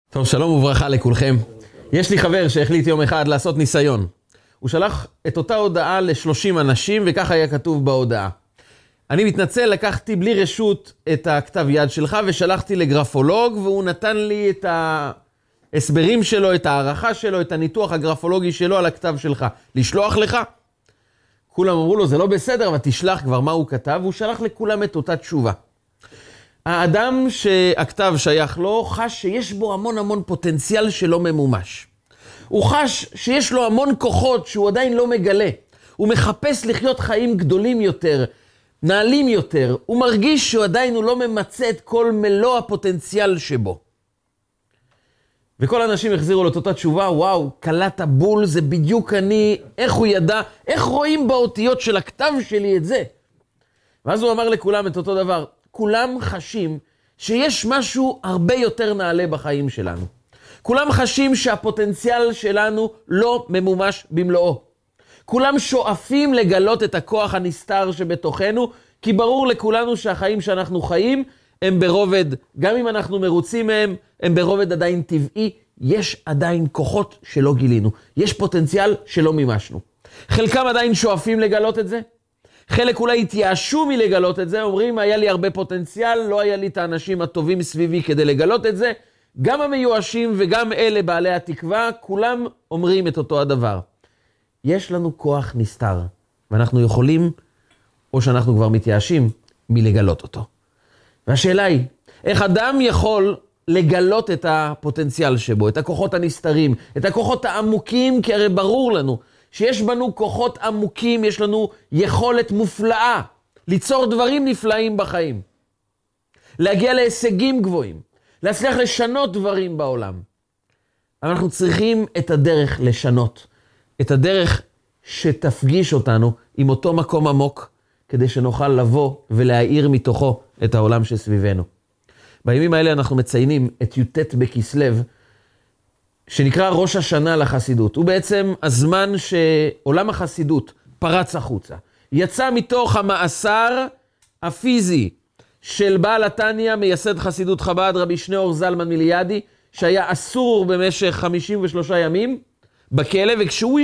טוב, שלום וברכה לכולכם. יש לי חבר שהחליט יום אחד לעשות ניסיון. הוא שלח את אותה הודעה ל-30 אנשים, וכך היה כתוב בהודעה. אני מתנצל, לקחתי בלי רשות את הכתב יד שלך, ושלחתי לגרפולוג, והוא נתן לי את ההסברים שלו, את הערכה שלו, את הניתוח הגרפולוגי שלו על הכתב שלך. לשלוח לך? כולם אמרו לו, זה לא בסדר, אבל תשלח כבר מה הוא כתב, והוא שלח לכולם את אותה תשובה. האדם שהכתב שייך לו חש שיש בו המון פוטנציאל שלא ממומש. הוא חש שיש לו המון כוחות שהוא עדיין לא מגלה. הוא מחפש לחיות חיים גדולים יותר, נעלים יותר. הוא מרגיש שהוא עדיין לא ממצא את כל מלוא הפוטנציאל שבו. וכל האנשים החזירו לו את אותה תשובה, וואו, קלט הבול, זה בדיוק אני, איך הוא ידע, איך רואים באותיות של הכתב שלי את זה? ואז הוא אמר לכולם את אותו דבר, כולם חשים שיש משהו הרבה יותר נעלה בחיים שלנו. כולם חשים שהפוטנציאל שלנו לא ממומש במלואו. כולם שואפים לגלות את הכוח הנסתר שבתוכנו, כי ברור לכולנו שהחיים שאנחנו חיים הם ברובד, גם אם אנחנו מרוצים מהם, הם ברובד עדיין טבעי, יש עדיין כוחות שלא גילינו. יש פוטנציאל שלא מימשנו. חלקם עדיין שואפים לגלות את זה. חלק אולי התייאשו מלגלות את זה, אומרים, היה לי הרבה פוטנציאל, לא היה לי את האנשים הטובים סביבי כדי לגלות את זה. גם המיואשים וגם אלה בעלי התקווה, כולם אומרים את אותו הדבר. יש לנו כוח נסתר, ואנחנו יכולים, או שאנחנו כבר מתייאשים, מלגלות אותו. והשאלה היא, איך אדם יכול לגלות את הפוטנציאל שבו, את הכוחות הנסתרים, את הכוחות העמוקים, כי הרי ברור לנו, שיש בנו כוחות עמוקים, יש לנו יכולת מופלאה, ליצור דברים נפלאים בחיים. להגיע להישגים גבוהים, להצליח לשנות דברים בעולם. אבל אנחנו צריכים את הדרך לשנות, את הדרך שתפגיש אותנו עם אותו מקום עמוק, כדי שנוכל לבוא ולהאיר מתוכו את העולם שסביבנו. בימים האלה אנחנו מציינים את י"ט בכסלו, שנקרא ראש השנה לחסידות. הוא בעצם הזמן שעולם החסידות פרץ החוצה. יצא מתוך המאסר הפיזי של בעל התניא, מייסד חסידות חב"ד, רבי שניאור זלמן מיליאדי, שהיה אסור במשך 53 ימים בכלא, וכשהוא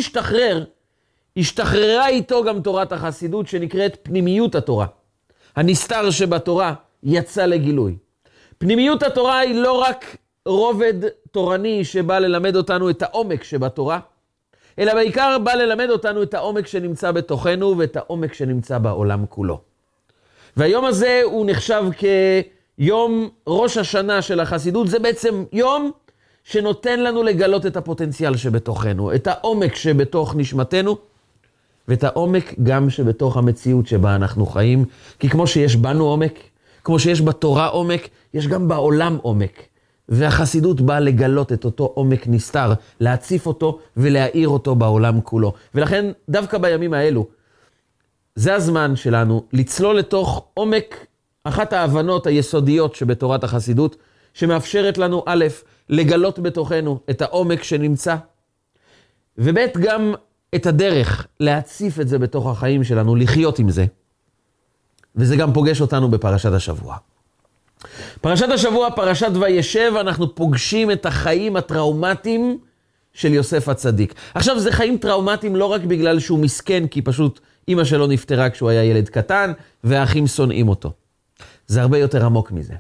השתחררה איתו גם תורת החסידות שנקראת פנימיות התורה. הנסתר שבתורה יצא לגילוי. פנימיות התורה היא לא רק רובד תורני שבא ללמד אותנו את העומק שבתורה, אלא בעיקר בא ללמד אותנו את העומק שנמצא בתוכנו ואת העומק שנמצא בעולם כולו. והיום הזה הוא נחשב כיום ראש השנה של החסידות, זה בעצם יום שנותן לנו לגלות את הפוטנציאל שבתוכנו, את העומק שבתוך נשמתנו, ואת העומק גם שבתוך המציאות שבה אנחנו חיים, כי כמו שיש בנו עומק, כמו שיש בתורה עומק, יש גם בעולם עומק. והחסידות באה לגלות את אותו עומק נסתר, להציף אותו ולהאיר אותו בעולם כולו. ולכן דווקא בימים האלו, זה הזמן שלנו לצלול לתוך עומק אחת ההבנות היסודיות שבתורת החסידות, שמאפשרת לנו א', לגלות בתוכנו את העומק שנמצא, וב' גם את הדרך להציף את זה בתוך החיים שלנו, לחיות עם זה. וזה גם פוגש אותנו בפרשת השבוע. פרשת השבוע, פרשת וישב, אנחנו פוגשים את החיים הטראומטיים של יוסף הצדיק. עכשיו, זה חיים טראומטיים לא רק בגלל שהוא מסכן, כי פשוט אמא שלו נפטרה כשהוא היה ילד קטן, והאחים שונאים אותו. זה הרבה יותר עמוק מזה.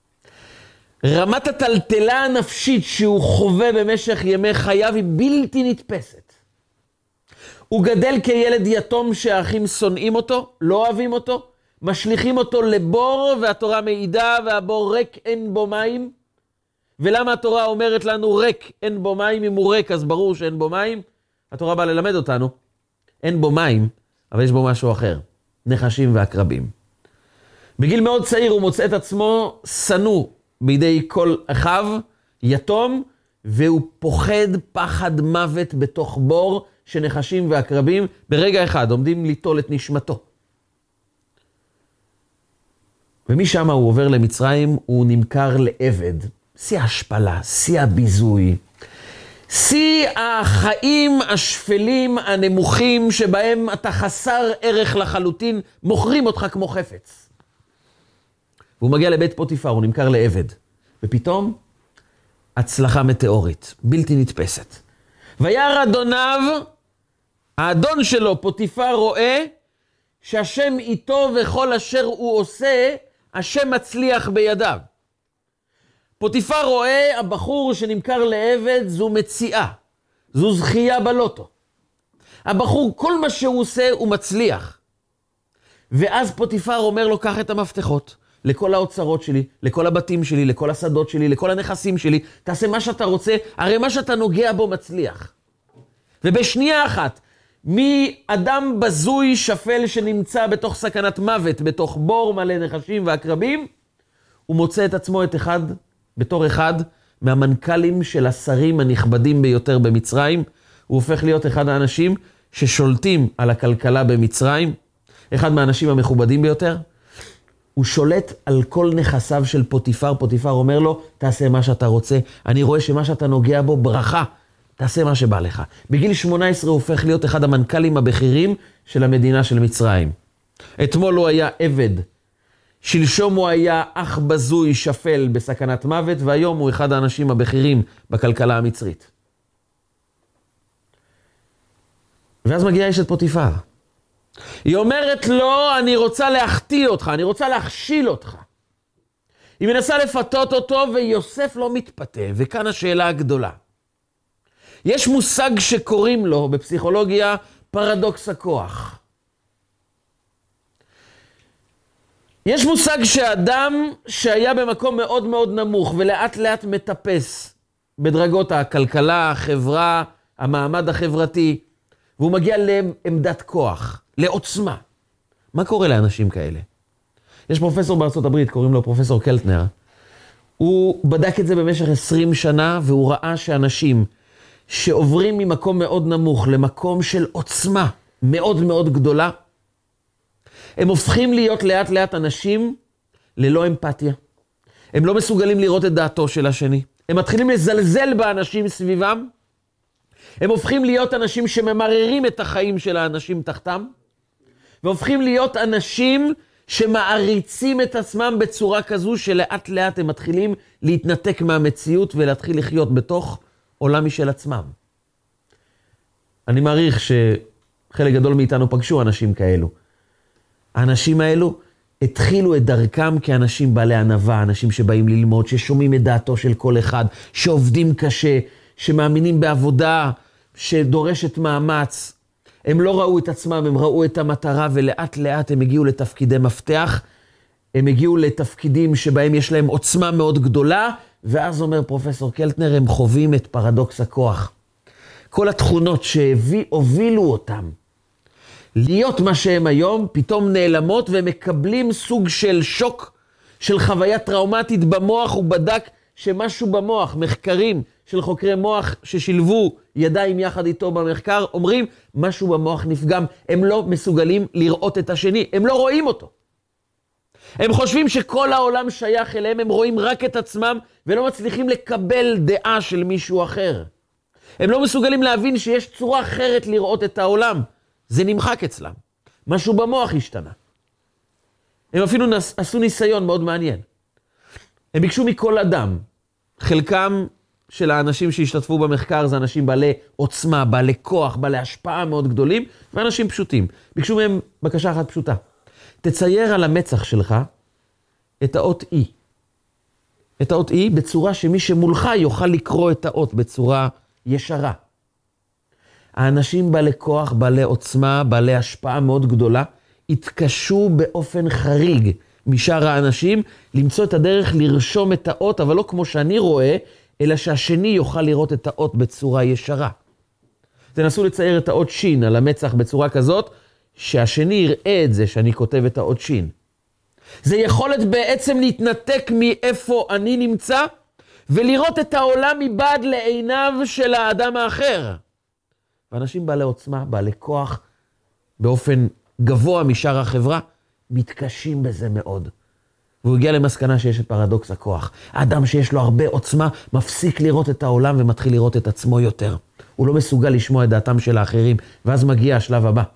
רמת הטלטלה הנפשית שהוא חווה במשך ימי חייו היא בלתי נתפסת. הוא גדל כילד יתום שהאחים שונאים אותו, לא אוהבים אותו, משליכים אותו לבור, והתורה מעידה, והבור ריק אין בו מים. ולמה התורה אומרת לנו ריק אין בו מים? אם הוא ריק אז ברור שאין בו מים. התורה באה ללמד אותנו, אין בו מים, אבל יש בו משהו אחר, נחשים ועקרבים. בגיל מאוד צעיר הוא מוצא את עצמו שנוא בידי כל אחיו, יתום, והוא פוחד פחד מוות בתוך בור שנחשים ועקרבים ברגע אחד עומדים ליטול את נשמתו. ומשם הוא עובר למצרים, הוא נמכר לעבד. שיא ההשפלה, שיא הביזוי, שיא החיים השפלים הנמוכים שבהם אתה חסר ערך לחלוטין, מוכרים אותך כמו חפץ. והוא מגיע לבית פוטיפר, הוא נמכר לעבד. ופתאום הצלחה מטאורית, בלתי נתפסת. וירא אדוניו, האדון שלו, פוטיפר, רואה שהשם איתו וכל אשר הוא עושה, השם מצליח בידיו. פוטיפר רואה, הבחור שנמכר לעבד, זו מציאה, זו זכייה בלוטו. הבחור, כל מה שהוא עושה, הוא מצליח. ואז פוטיפר אומר לו, קח את המפתחות לכל האוצרות שלי, לכל הבתים שלי, לכל השדות שלי, לכל הנכסים שלי, תעשה מה שאתה רוצה, הרי מה שאתה נוגע בו מצליח. ובשנייה אחת, מאדם בזוי שפל שנמצא בתוך סכנת מוות, בתוך בור מלא נחשים ועקרבים, הוא מוצא את עצמו בתור אחד מהמנכ"לים של השרים הנכבדים ביותר במצרים. הוא הופך להיות אחד האנשים ששולטים על הכלכלה במצרים, אחד מהאנשים המכובדים ביותר. הוא שולט על כל נכסיו של פוטיפר. פוטיפר אומר לו, תעשה מה שאתה רוצה, אני רואה שמה שאתה נוגע בו ברכה, תעשה מה שבא לך. בגיל 18 הוא הופך להיות אחד המנכ"לים הבכירים של המדינה של מצרים. אתמול הוא היה עבד, שלשום הוא היה אח בזוי שפל בסכנת מוות, והיום הוא אחד האנשים הבכירים בכלכלה המצרית. ואז מגיעה אשת פוטיפר. היא אומרת לו, אני רוצה להחטיא אותך, אני רוצה להכשיל אותך. היא מנסה לפתות אותו, ויוסף לא מתפתה, וכאן השאלה הגדולה. יש מושג שקוראים לו בפסיכולוגיה פרדוקס הכוח. יש מושג שאדם שהיה במקום מאוד מאוד נמוך, ולאט לאט מטפס בדרגות הכלכלה, החברה, המעמד החברתי, והוא מגיע לעמדת כוח, לעוצמה. מה קורה לאנשים כאלה? יש פרופסור בארצות הברית, קוראים לו פרופסור קלטנר. הוא בדק את זה במשך 20 שנה, והוא ראה שאנשים שעוברים ממקום מאוד נמוך למקום של עוצמה מאוד מאוד גדולה, הם הופכים להיות לאט לאט אנשים ללא אמפתיה. הם לא מסוגלים לראות את דעתו של השני. הם מתחילים לזלזל באנשים סביבם. הם הופכים להיות אנשים שממררים את החיים של האנשים תחתם. והופכים להיות אנשים שמעריצים את עצמם בצורה כזו שלאט לאט הם מתחילים להתנתק מהמציאות ולהתחיל לחיות בתוך עולם משל עצמם. אני מעריך שחלק גדול מאיתנו פגשו אנשים כאלו. האנשים האלו התחילו את דרכם כאנשים בעלי ענווה, אנשים שבאים ללמוד, ששומעים את דעתו של כל אחד, שעובדים קשה, שמאמינים בעבודה, שדורשת מאמץ. הם לא ראו את עצמם, הם ראו את המטרה, ולאט לאט הם הגיעו לתפקידי מפתח, הם הגיעו לתפקידים שבהם יש להם עוצמה מאוד גדולה, ואז אומר פרופסור קלטנר, הם חווים את פרדוקס הכוח. כל התכונות שהובילו אותם להיות מה שהם היום, פתאום נעלמות ומקבלים סוג של שוק, של חוויה טראומטית במוח. הוא בדק שמשהו במוח, מחקרים של חוקרי מוח ששילבו ידיים יחד איתו במחקר, אומרים משהו במוח נפגם, הם לא מסוגלים לראות את השני, הם לא רואים אותו. הם חושבים שכל העולם שייך אליהם, הם רואים רק את עצמם ולא מצליחים לקבל דעה של מישהו אחר. הם לא מסוגלים להבין שיש צורה אחרת לראות את העולם. זה נמחק אצלם. משהו במוח השתנה. הם אפילו עשו ניסיון מאוד מעניין. הם ביקשו מכל אדם, חלקם של האנשים שהשתתפו במחקר זה אנשים בעלי עוצמה, בעלי כוח, בעלי השפעה מאוד גדולים, ואנשים פשוטים. ביקשו מהם בקשה אחת פשוטה. תצייר על המצח שלך את האות E. את האות E בצורה שמי שמולך יוכל לקרוא את האות בצורה ישרה. האנשים בעלי כוח, בעלי עוצמה, בעלי השפעה מאוד גדולה, התקשו באופן חריג משאר האנשים למצוא את הדרך לרשום את האות, אבל לא כמו שאני רואה, אלא שהשני יוכל לראות את האות בצורה ישרה. תנסו לצייר את האות שין על המצח בצורה כזאת, שהשני יראה את זה שאני כותב את האות שין. זה יכולת בעצם להתנתק מאיפה אני נמצא, ולראות את העולם מבעד לעיניו של האדם האחר. ואנשים בעלי עוצמה, בעלי כוח, באופן גבוה משאר החברה, מתקשים בזה מאוד. והוא הגיע למסקנה שיש את פרדוקס הכוח. האדם שיש לו הרבה עוצמה, מפסיק לראות את העולם ומתחיל לראות את עצמו יותר. הוא לא מסוגל לשמוע את דעתם של האחרים, ואז מגיע השלב הבא.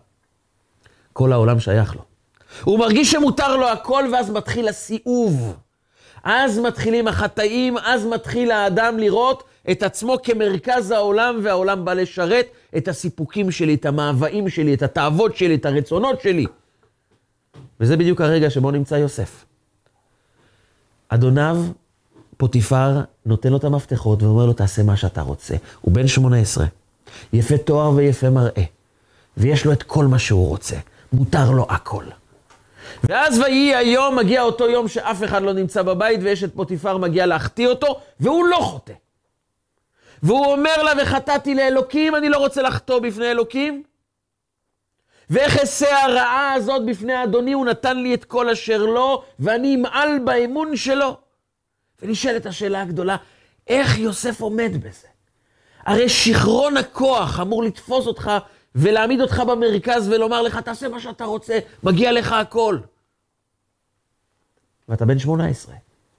כל העולם שייך לו. הוא מרגיש שמותר לו הכל, ואז מתחיל הסיאוב. אז מתחילים החטאים, אז מתחיל האדם לראות את עצמו כמרכז העולם, והעולם בא לשרת את הסיפוקים שלי, את המאוויים שלי, את התאוות שלי, את הרצונות שלי. וזה בדיוק הרגע שבו נמצא יוסף. אדוניו, פוטיפר, נותן לו את המפתחות ואומר לו, תעשה מה שאתה רוצה. הוא בן 18, יפה תואר ויפה מראה, ויש לו את כל מה שהוא רוצה, מותר לו הכל. ואז ויהי היום, מגיע אותו יום שאף אחד לא נמצא בבית, ויש את פוטיפר מגיע להחטיא אותו, והוא לא חוטא. והוא אומר לה, וחטאתי לאלוקים, אני לא רוצה לחטוא בפני אלוקים. ואיך אעשה הרעה הזאת בפני אדוני, הוא נתן לי את כל אשר לו, ואני אמעל באמון שלו. ונשאלת השאלה הגדולה, איך יוסף עומד בזה? הרי שכרון הכוח אמור לתפוס אותך, ולהעמיד אותך במרכז ולומר לך, תעשה מה שאתה רוצה, מגיע לך הכל. ואתה בן 18.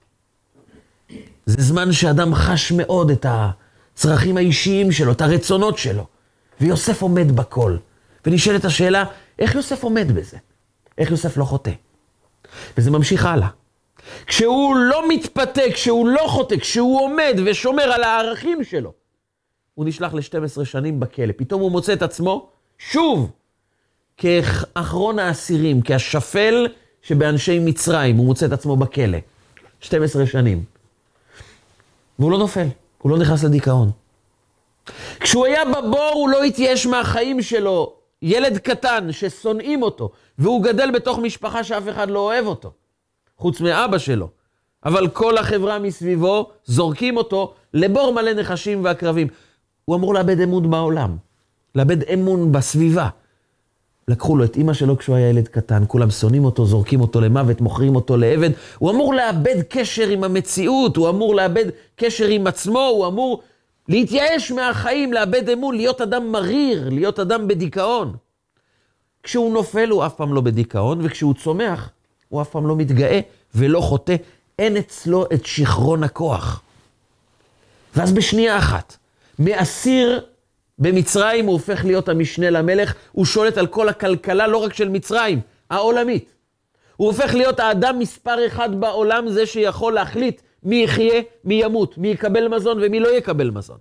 זה זמן שאדם חש מאוד את הצרכים האישיים שלו, את הרצונות שלו. ויוסף עומד בכל. ונשאלת השאלה, איך יוסף עומד בזה? איך יוסף לא חוטא? וזה ממשיך הלאה. כשהוא לא מתפתה, כשהוא לא חוטא, כשהוא עומד ושומר על הערכים שלו, הוא נשלח ל-12 שנים בכלא. פתאום הוא מוצא את עצמו, שוב, כאחרון האסירים, כשפל שבאנשי מצרים, הוא מוצא את עצמו בכלא. 12 שנים. והוא לא נופל, הוא לא נכנס לדיכאון. כשהוא היה בבור, הוא לא התייאש מהחיים שלו. ילד קטן ששונאים אותו, והוא גדל בתוך משפחה שאף אחד לא אוהב אותו, חוץ מאבא שלו. אבל כל החברה מסביבו זורקים אותו לבור מלא נחשים ועקרבים. הוא אמור לאבד אמון בעולם, לאבד אמון בסביבה. לקחו לו את אמא שלו כשהוא היה ילד קטן, כולם שונאים אותו, זורקים אותו למוות, מוכרים אותו לעבד. הוא אמור לאבד קשר עם המציאות, הוא אמור לאבד קשר עם עצמו, הוא אמור להתייאש מהחיים, לאבד אמון, להיות אדם מריר, להיות אדם בדיכאון. כשהוא נופל הוא אף פעם לא בדיכאון, וכשהוא צומח הוא אף פעם לא מתגאה ולא חוטא. אין אצלו את שכרון הכוח. ואז בשנייה אחת, מאסיר במצרים הוא הופך להיות המשנה למלך, הוא שולט על כל הכלכלה, לא רק של מצרים, העולמית. הוא הופך להיות האדם מספר אחד בעולם, זה שיכול להחליט מי יחיה, מי ימות, מי יקבל מזון ומי לא יקבל מזון.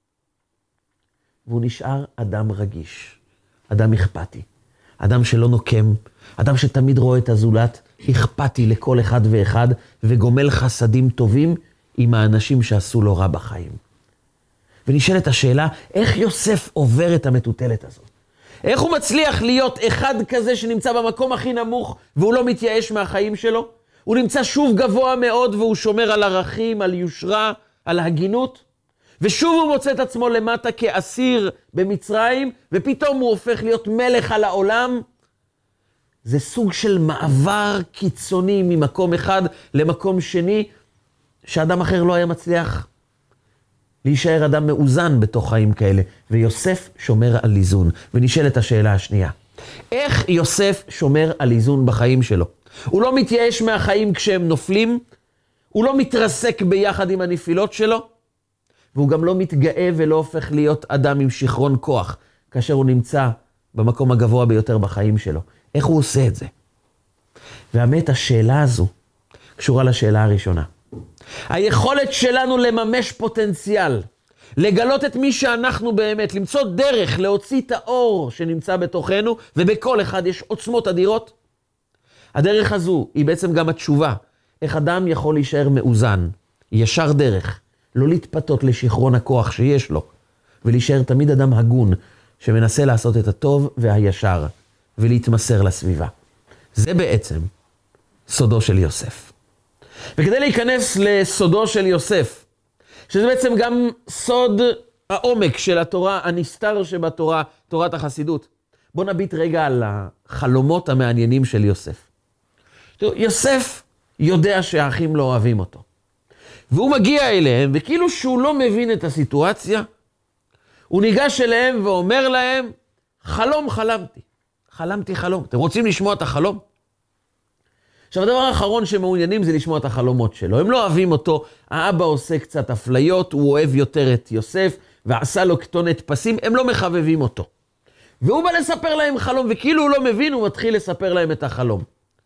והוא נשאר אדם רגיש, אדם אכפתי, אדם שלא נוקם, אדם שתמיד רואה את הזולת, אכפתי לכל אחד ואחד, וגומל חסדים טובים עם האנשים שעשו לו רע בחיים. ונשאלת השאלה, איך יוסף עובר את המטוטלת הזאת? איך הוא מצליח להיות אחד כזה שנמצא במקום הכי נמוך, והוא לא מתייאש מהחיים שלו? הוא נמצא שוב גבוה מאוד, והוא שומר על ערכים, על יושרה, על הגינות. ושוב הוא מוצא את עצמו למטה כאסיר במצרים, ופתאום הוא הופך להיות מלך על העולם. זה סוג של מעבר קיצוני ממקום אחד למקום שני, שאדם אחר לא היה מצליח להישאר אדם מאוזן בתוך חיים כאלה. ויוסף שומר על איזון. ונשאלת השאלה השנייה, איך יוסף שומר על איזון בחיים שלו? הוא לא מתייאש מהחיים כשהם נופלים, הוא לא מתרסק ביחד עם הנפילות שלו, והוא גם לא מתגאה ולא הופך להיות אדם עם שכרון כוח, כאשר הוא נמצא במקום הגבוה ביותר בחיים שלו. איך הוא עושה את זה? והאמת, השאלה הזו קשורה לשאלה הראשונה. היכולת שלנו לממש פוטנציאל, לגלות את מי שאנחנו באמת, למצוא דרך להוציא את האור שנמצא בתוכנו, ובכל אחד יש עוצמות אדירות. הדרך הזו היא בעצם גם התשובה, איך אדם יכול להישאר מאוזן, ישר דרך, לא להתפתות לשכרון הכוח שיש לו, ולהישאר תמיד אדם הגון, שמנסה לעשות את הטוב והישר, ולהתמסר לסביבה. זה בעצם סודו של יוסף. וכדי להיכנס לסודו של יוסף, שזה בעצם גם סוד העומק של התורה, הנסתר שבתורה, תורת החסידות, בוא נביט רגע על החלומות המעניינים של יוסף. יוסף יודע שהאחים לא אוהבים אותו. והוא מגיע אליהם, וכאילו שהוא לא מבין את הסיטואציה, הוא ניגש אליהם ואומר להם, חלום חלמתי. חלמתי חלום. אתם רוצים לשמוע את החלום? עכשיו, הדבר האחרון שמעוניינים זה לשמוע את החלומות שלו. הם לא אוהבים אותו, האבא עושה קצת אפליות, הוא אוהב יותר את יוסף, ועשה לו כתונת פסים, הם לא מחבבים אותו. והוא בא לספר להם חלום, וכאילו הוא לא מבין, הוא מתחיל לספר להם את החלום.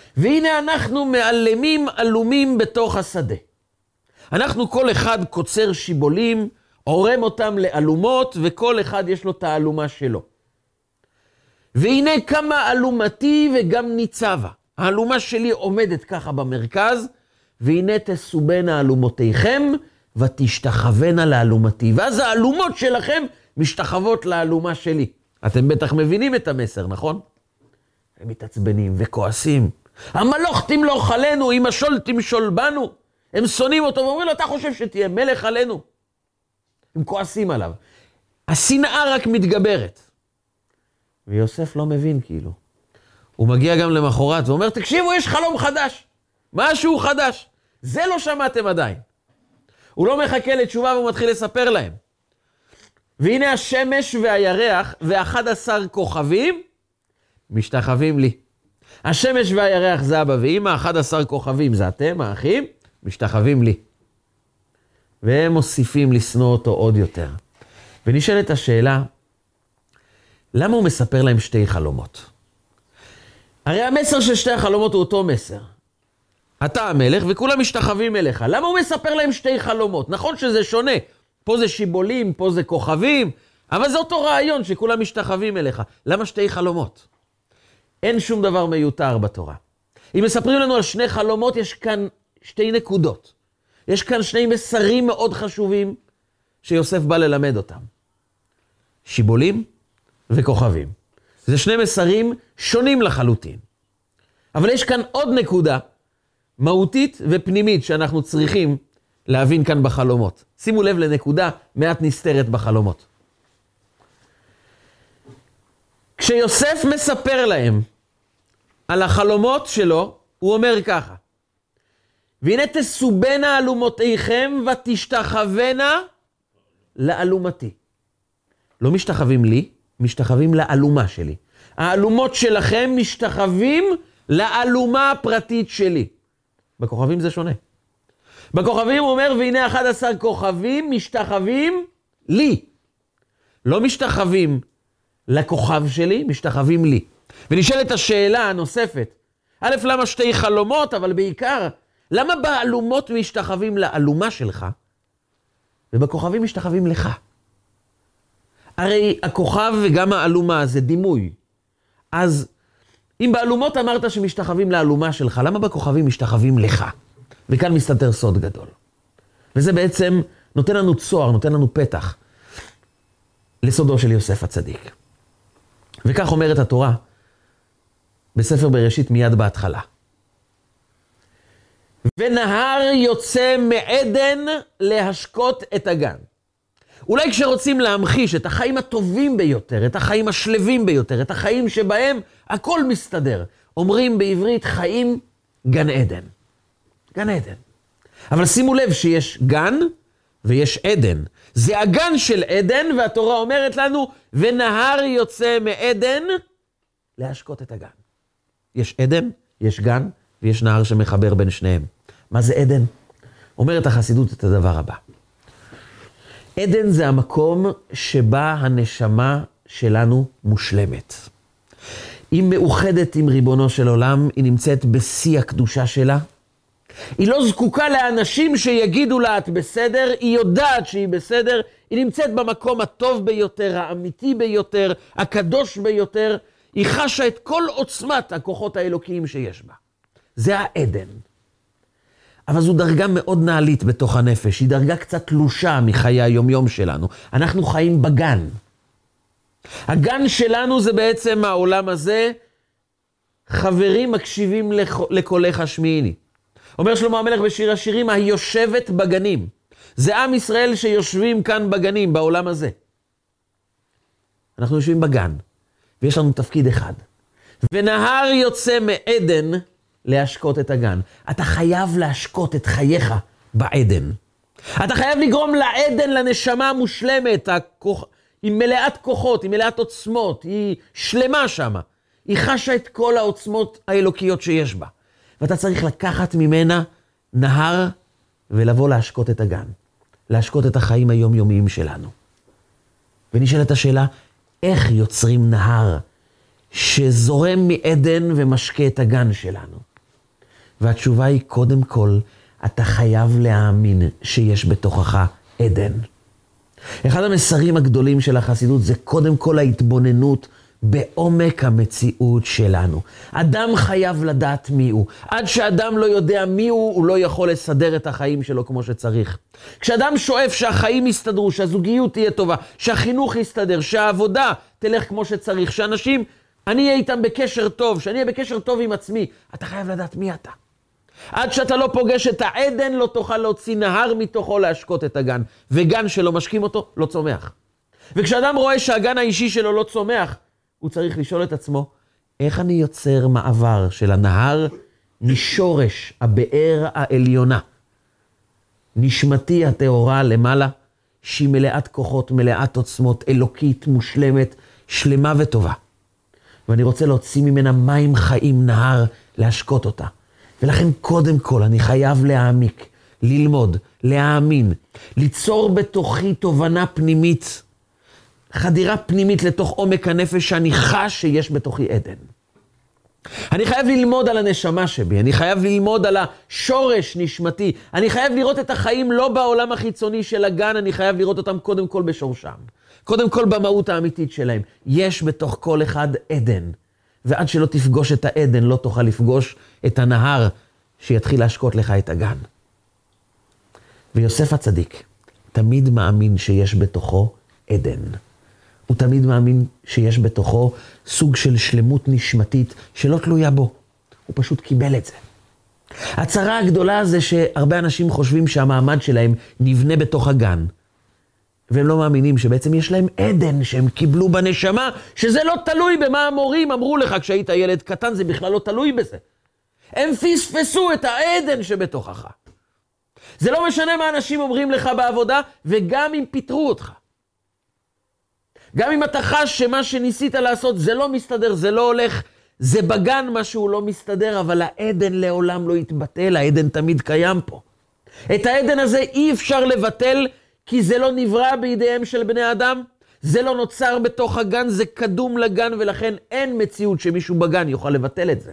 והנה אנחנו מעלמים אלומים בתוך השדה. אנחנו כל אחד קוצר שיבולים, עורם אותם לאלומות, וכל אחד יש לו את האלומה שלו. והנה כמה אלומתי וגם ניצבה. האלומה שלי עומדת ככה במרכז, והנה תסובנה אלומותיכם, ותשתחוונה לאלומתי. ואז האלומות שלכם משתחוות לאלומה שלי. אתם בטח מבינים את המסר, נכון? הם מתעצבנים וכועסים. המלוך תמלוך עלינו, אם השול תמשול בנו. הם שונאים אותו ואומרים לו, אתה חושב שתהיה מלך עלינו? הם כועסים עליו. השנאה רק מתגברת. ויוסף לא מבין כאילו. הוא מגיע גם למחרת ואומר, תקשיבו, יש חלום חדש. משהו חדש. זה לא שמעתם עדיין. הוא לא מחכה לתשובה והוא מתחיל לספר להם. והנה השמש והירח ו11 כוכבים משתחווים לי. השמש והירח זה אבא ואמא, 11 כוכבים זה אתם, האחים, משתחווים לי. והם מוסיפים לשנוא אותו עוד יותר. ונשאלת השאלה, למה הוא מספר להם שתי חלומות? הרי המסר של שתי החלומות הוא אותו מסר. אתה המלך וכולם משתחווים אליך. למה הוא מספר להם שתי חלומות? נכון שזה שונה. פה זה שיבולים, פה זה כוכבים, אבל זה אותו רעיון שכולם משתחווים אליך. למה שתי חלומות? אין שום דבר מיותר בתורה. אם מספרים לנו על שני חלומות, יש כאן שתי נקודות. יש כאן שני מסרים מאוד חשובים שיוסף בא ללמד אותם. שיבולים וכוכבים. זה שני מסרים שונים לחלוטין. אבל יש כאן עוד נקודה מהותית ופנימית שאנחנו צריכים להבין כאן בחלומות. שימו לב לנקודה מעט נסתרת בחלומות. כשיוסף מספר להם על החלומות שלו, הוא אומר ככה, והנה תסובנה אלומותיכם ותשתחוונה לאלומתי. לא משתחווים לי, משתחווים לאלומה שלי. האלומות שלכם משתחווים לאלומה הפרטית שלי. בכוכבים זה שונה. בכוכבים הוא אומר, והנה 11 כוכבים משתחווים לי. לא משתחווים לכוכב שלי, משתחווים לי. ונשאלת השאלה הנוספת, א', למה שתי חלומות, אבל בעיקר, למה באלומות משתחווים לאלומה שלך, ובכוכבים משתחווים לך? הרי הכוכב וגם האלומה זה דימוי. אז אם באלומות אמרת שמשתחווים לאלומה שלך, למה בכוכבים משתחווים לך? וכאן מסתתר סוד גדול. וזה בעצם נותן לנו צוהר, נותן לנו פתח לסודו של יוסף הצדיק. וכך אומרת התורה בספר בראשית מיד בהתחלה. ונהר יוצא מעדן להשקות את הגן. אולי כשרוצים להמחיש את החיים הטובים ביותר, את החיים השלבים ביותר, את החיים שבהם הכל מסתדר, אומרים בעברית חיים גן עדן. גן עדן. אבל שימו לב שיש גן ויש עדן. זה הגן של עדן, והתורה אומרת לנו, ונהר יוצא מעדן להשקות את הגן. יש עדן, יש גן, ויש נהר שמחבר בין שניהם. מה זה עדן? אומרת החסידות את הדבר הבא. עדן זה המקום שבה הנשמה שלנו מושלמת. היא מאוחדת עם ריבונו של עולם, היא נמצאת בשיא הקדושה שלה. היא לא זקוקה לאנשים שיגידו לה את בסדר, היא יודעת שהיא בסדר, היא נמצאת במקום הטוב ביותר, האמיתי ביותר, הקדוש ביותר, היא חשה את כל עוצמת הכוחות האלוקיים שיש בה. זה העדן. אבל זו דרגה מאוד נעלית בתוך הנפש, היא דרגה קצת תלושה מחיי היומיום שלנו. אנחנו חיים בגן. הגן שלנו זה בעצם העולם הזה, חברים מקשיבים לקולך שמיעיני. אומר שלמה המלך בשיר השירים, היושבת בגנים. זה עם ישראל שיושבים כאן בגנים, בעולם הזה. אנחנו יושבים בגן, ויש לנו תפקיד אחד. ונהר יוצא מעדן להשקות את הגן. אתה חייב להשקות את חייך בעדן. אתה חייב לגרום לעדן, לנשמה המושלמת, היא מלאת כוחות, היא מלאת עוצמות, היא שלמה שמה. היא חשה את כל העוצמות האלוקיות שיש בה. ואתה צריך לקחת ממנה נהר ולבוא להשקות את הגן. להשקות את החיים היומיומיים שלנו. ונשאלת השאלה, איך יוצרים נהר שזורם מעדן ומשקה את הגן שלנו? והתשובה היא קודם כל, אתה חייב להאמין שיש בתוכך עדן. אחד המסרים הגדולים של החסידות זה קודם כל ההתבוננות בעומק המציאות שלנו. אדם חייב לדעת מי הוא. עד שאדם לא יודע מי הוא לא יכול לסדר את החיים שלו כמו שצריך. כשאדם שואף שהחיים יסתדרו, שהזוגיות תהיה טובה, שהחינוך יסתדר, שהעבודה תלך כמו שצריך, שאנשים, אני אהיה איתם בקשר טוב, שאני אהיה בקשר טוב עם עצמי, אתה חייב לדעת מי אתה. עד שאתה לא פוגש את העדן, לא תוכל להוציא נהר מתוכו להשקות את הגן. וגן שלא משקים אותו, לא צומח. וכשאדם רואה שהגן האישי שלו לא צומח, הוא צריך לשאול את עצמו, איך אני יוצר מעבר של הנהר משורש הבאר העליונה, נשמתי הטהורה למעלה, שהיא מלאת כוחות, מלאת עוצמות, אלוקית, מושלמת, שלמה וטובה. ואני רוצה להוציא ממנה מים חיים, נהר, להשקות אותה. ולכן קודם כל אני חייב להעמיק, ללמוד, להאמין, ליצור בתוכי תובנה פנימית, חדירה פנימית לתוך עומק הנפש שאני חש שיש בתוכי עדן. אני חייב ללמוד על הנשמה שבי, אני חייב ללמוד על השורש נשמתי, אני חייב לראות את החיים לא בעולם החיצוני של הגן, אני חייב לראות אותם קודם כל בשורשם, קודם כל במהות האמיתית שלהם. יש בתוך כל אחד עדן, ועד שלא תפגוש את העדן לא תוכל לפגוש את הנהר שיתחיל להשקות לך את הגן. ויוסף הצדיק תמיד מאמין שיש בתוכו עדן. הוא תמיד מאמין שיש בתוכו סוג של שלמות נשמתית שלא תלויה בו. הוא פשוט קיבל את זה. הצרה הגדולה זה שהרבה אנשים חושבים שהמעמד שלהם נבנה בתוך הגן. והם לא מאמינים שבעצם יש להם עדן שהם קיבלו בנשמה, שזה לא תלוי במה המורים אמרו לך כשהיית ילד קטן, זה בכלל לא תלוי בזה. הם פספסו את העדן שבתוכך. זה לא משנה מה אנשים אומרים לך בעבודה, וגם אם פיטרו אותך. גם אם אתה חש שמה שניסית לעשות זה לא מסתדר, זה לא הולך, זה בגן משהו לא מסתדר, אבל העדן לעולם לא יתבטל, העדן תמיד קיים פה. את העדן הזה אי אפשר לבטל, כי זה לא נברא בידיהם של בני אדם, זה לא נוצר בתוך הגן, זה קדום לגן, ולכן אין מציאות שמישהו בגן יוכל לבטל את זה.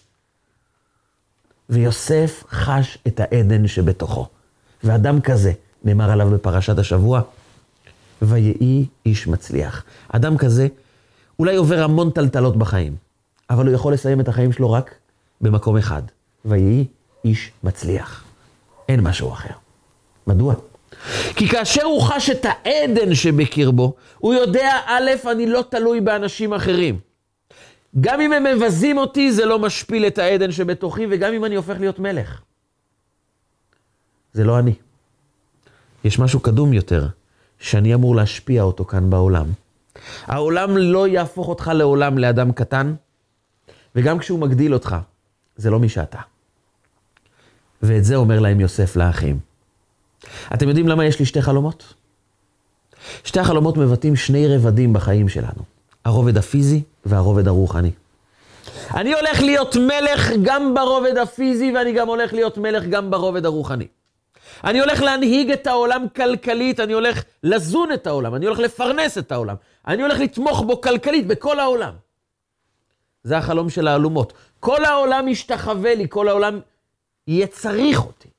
ויוסף חש את העדן שבתוכו. ואדם כזה, נאמר עליו בפרשת השבוע, ויהי איש מצליח. אדם כזה אולי עובר המון טלטלות בחיים, אבל הוא יכול לסיים את החיים שלו רק במקום אחד. ויהי איש מצליח. אין משהו אחר. מדוע? כי כאשר הוא חש את העדן שבקרבו, הוא יודע, א', אני לא תלוי באנשים אחרים. גם אם הם מבזים אותי, זה לא משפיל את העדן שבתוכי, וגם אם אני הופך להיות מלך. זה לא אני. יש משהו קדום יותר, שאני אמור להשפיע אותו כאן בעולם. העולם לא יהפוך אותך לעולם לאדם קטן, וגם כשהוא מגדיל אותך, זה לא מי שאתה. ואת זה אומר להם יוסף לאחים. אתם יודעים למה יש לי שתי חלומות? שתי החלומות מבטאים שני רבדים בחיים שלנו. הרובד הפיזי והרובד הרוחני. אני הולך להיות מלך גם ברובד הפיזי, ואני גם הולך להיות מלך גם ברובד הרוחני. אני הולך להנהיג את העולם כלכלית, אני הולך לזון את העולם, אני הולך לפרנס את העולם, אני הולך לתמוך בו כלכלית בכל העולם. זה החלום של האלומות. כל העולם ישתחווה לי, כל העולם יהיה צריך אותי.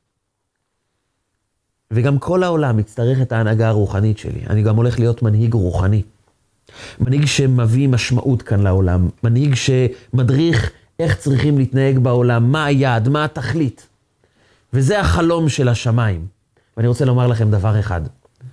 וגם כל העולם יצטרך את ההנהגה הרוחנית שלי. אני גם הולך להיות מנהיג רוחני. מנהיג שמביא משמעות כאן לעולם. מנהיג שמדריך איך צריכים להתנהג בעולם, מה היעד, מה התכלית. וזה החלום של השמיים. ואני רוצה לומר לכם דבר אחד.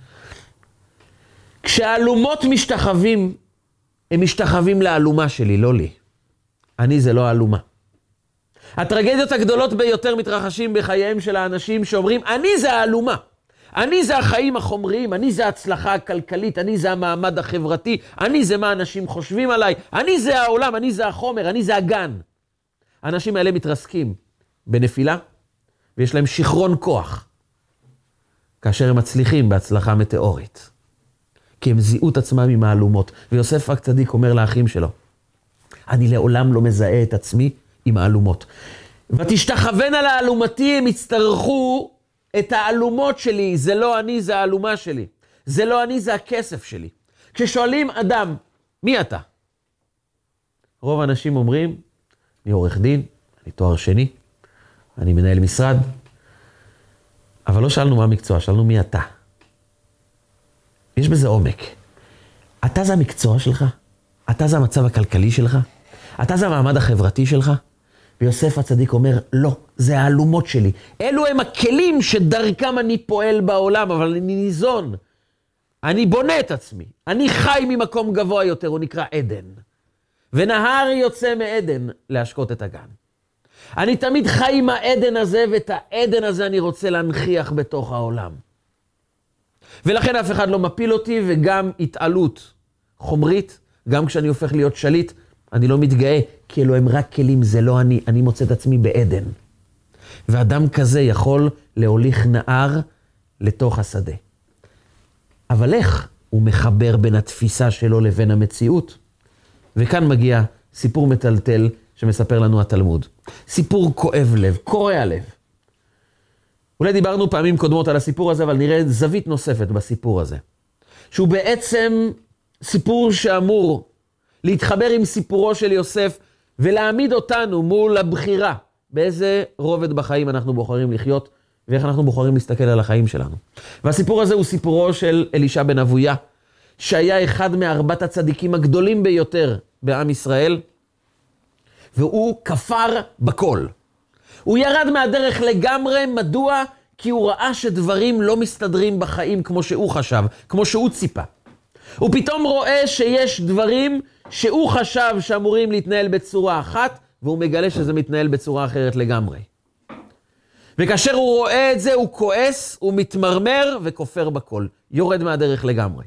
כשהאלומות משתחווים, הם משתחווים לאלומה שלי, לא לי. אני זה לא האלומה. הטרגדיות הגדולות ביותר מתרחשים בחייהם של האנשים שאומרים, אני זה האלומה. אני זה החיים החומריים, אני זה ההצלחה הכלכלית, אני זה המעמד החברתי, אני זה מה אנשים חושבים עליי, אני זה העולם, אני זה החומר, אני זה הגן. האנשים האלה מתרסקים בנפילה, ויש להם שכרון כוח, כאשר הם מצליחים בהצלחה מטאורית. כי הם זיהו את עצמם עם האלומות. ויוסף הצדיק אומר לאחים שלו, אני לעולם לא מזהה את עצמי עם האלומות. ותשתחוון לאלומתי, הם יצטרכו את האלומות שלי, זה לא אני, זה האלומה שלי. זה לא אני, זה הכסף שלי. כששואלים אדם, מי אתה? רוב האנשים אומרים, אני עורך דין, אני תואר שני, אני מנהל משרד, אבל לא שאלנו מה המקצוע, שאלנו מי אתה. יש בזה עומק. אתה זה המקצוע שלך? אתה זה המצב הכלכלי שלך? אתה זה המעמד החברתי שלך? ויוסף הצדיק אומר, לא, זה העלומות שלי. אלו הם הכלים שדרכם אני פועל בעולם, אבל אני ניזון. אני בונה את עצמי. אני חי ממקום גבוה יותר, הוא נקרא עדן. ונהר יוצא מעדן להשקות את הגן. אני תמיד חי עם העדן הזה, ואת העדן הזה אני רוצה להנכיח בתוך העולם. ולכן אף אחד לא מפיל אותי, וגם התעלות חומרית, גם כשאני הופך להיות שליט, אני לא מתגאה, כי אלו הם רק כלים, זה לא אני מוצא את עצמי בעדן. ואדם כזה יכול להוליך נהר לתוך השדה. אבל איך הוא מחבר בין התפיסה שלו לבין המציאות? וכאן מגיע סיפור מטלטל שמספר לנו התלמוד. סיפור כואב לב, קורע לב. אולי דיברנו פעמים קודמות על הסיפור הזה, אבל נראה זווית נוספת בסיפור הזה. שהוא בעצם סיפור שאמור להתחבר עם סיפורו של יוסף, ולהעמיד אותנו מול הבחירה, באיזה רובד בחיים אנחנו בוחרים לחיות, ואיך אנחנו בוחרים להסתכל על החיים שלנו. והסיפור הזה הוא סיפורו של אלישע בן אבויה, שהיה אחד מארבעת הצדיקים הגדולים ביותר בעם ישראל, והוא כפר בכל. הוא ירד מהדרך לגמרי, מדוע? כי הוא ראה שדברים לא מסתדרים בחיים כמו שהוא חשב, כמו שהוא ציפה. הוא פתאום רואה שיש דברים שהוא חשב שאמורים להתנהל בצורה אחת, והוא מגלה שזה מתנהל בצורה אחרת לגמרי. וכאשר הוא רואה את זה, הוא כועס, הוא מתמרמר וכופר בכל. יורד מהדרך לגמרי.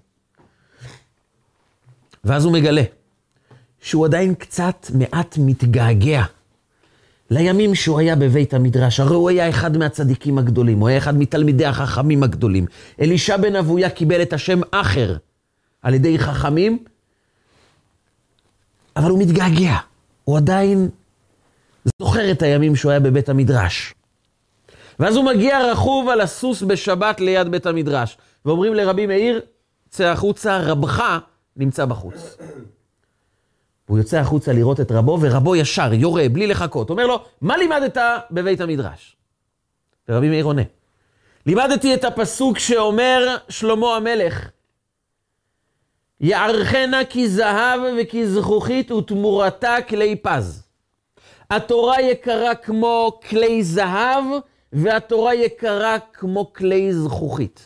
ואז הוא מגלה שהוא עדיין קצת מעט מתגעגע לימים שהוא היה בבית המדרש. הרי הוא היה אחד מהצדיקים הגדולים, הוא היה אחד מתלמידי החכמים הגדולים. אלישע בן אבויה קיבל את השם אחר על ידי חכמים, אבל הוא מתגעגע. הוא עדיין זוכר את הימים שהוא היה בבית המדרש. ואז הוא מגיע רכוב על הסוס בשבת ליד בית המדרש. ואומרים לרבי מאיר, צא החוצה, רבך נמצא בחוץ. והוא יוצא החוצה לראות את רבו, ורבו ישר, יורה, בלי לחכות. אומר לו, מה לימדת בבית המדרש? ורבי מאיר עונה, לימדתי את הפסוק שאומר שלמה המלך, יערכנה כי זהב וכי זכוכית ותמורתה כלי פז. התורה יקרה כמו כלי זהב, והתורה יקרה כמו כלי זכוכית.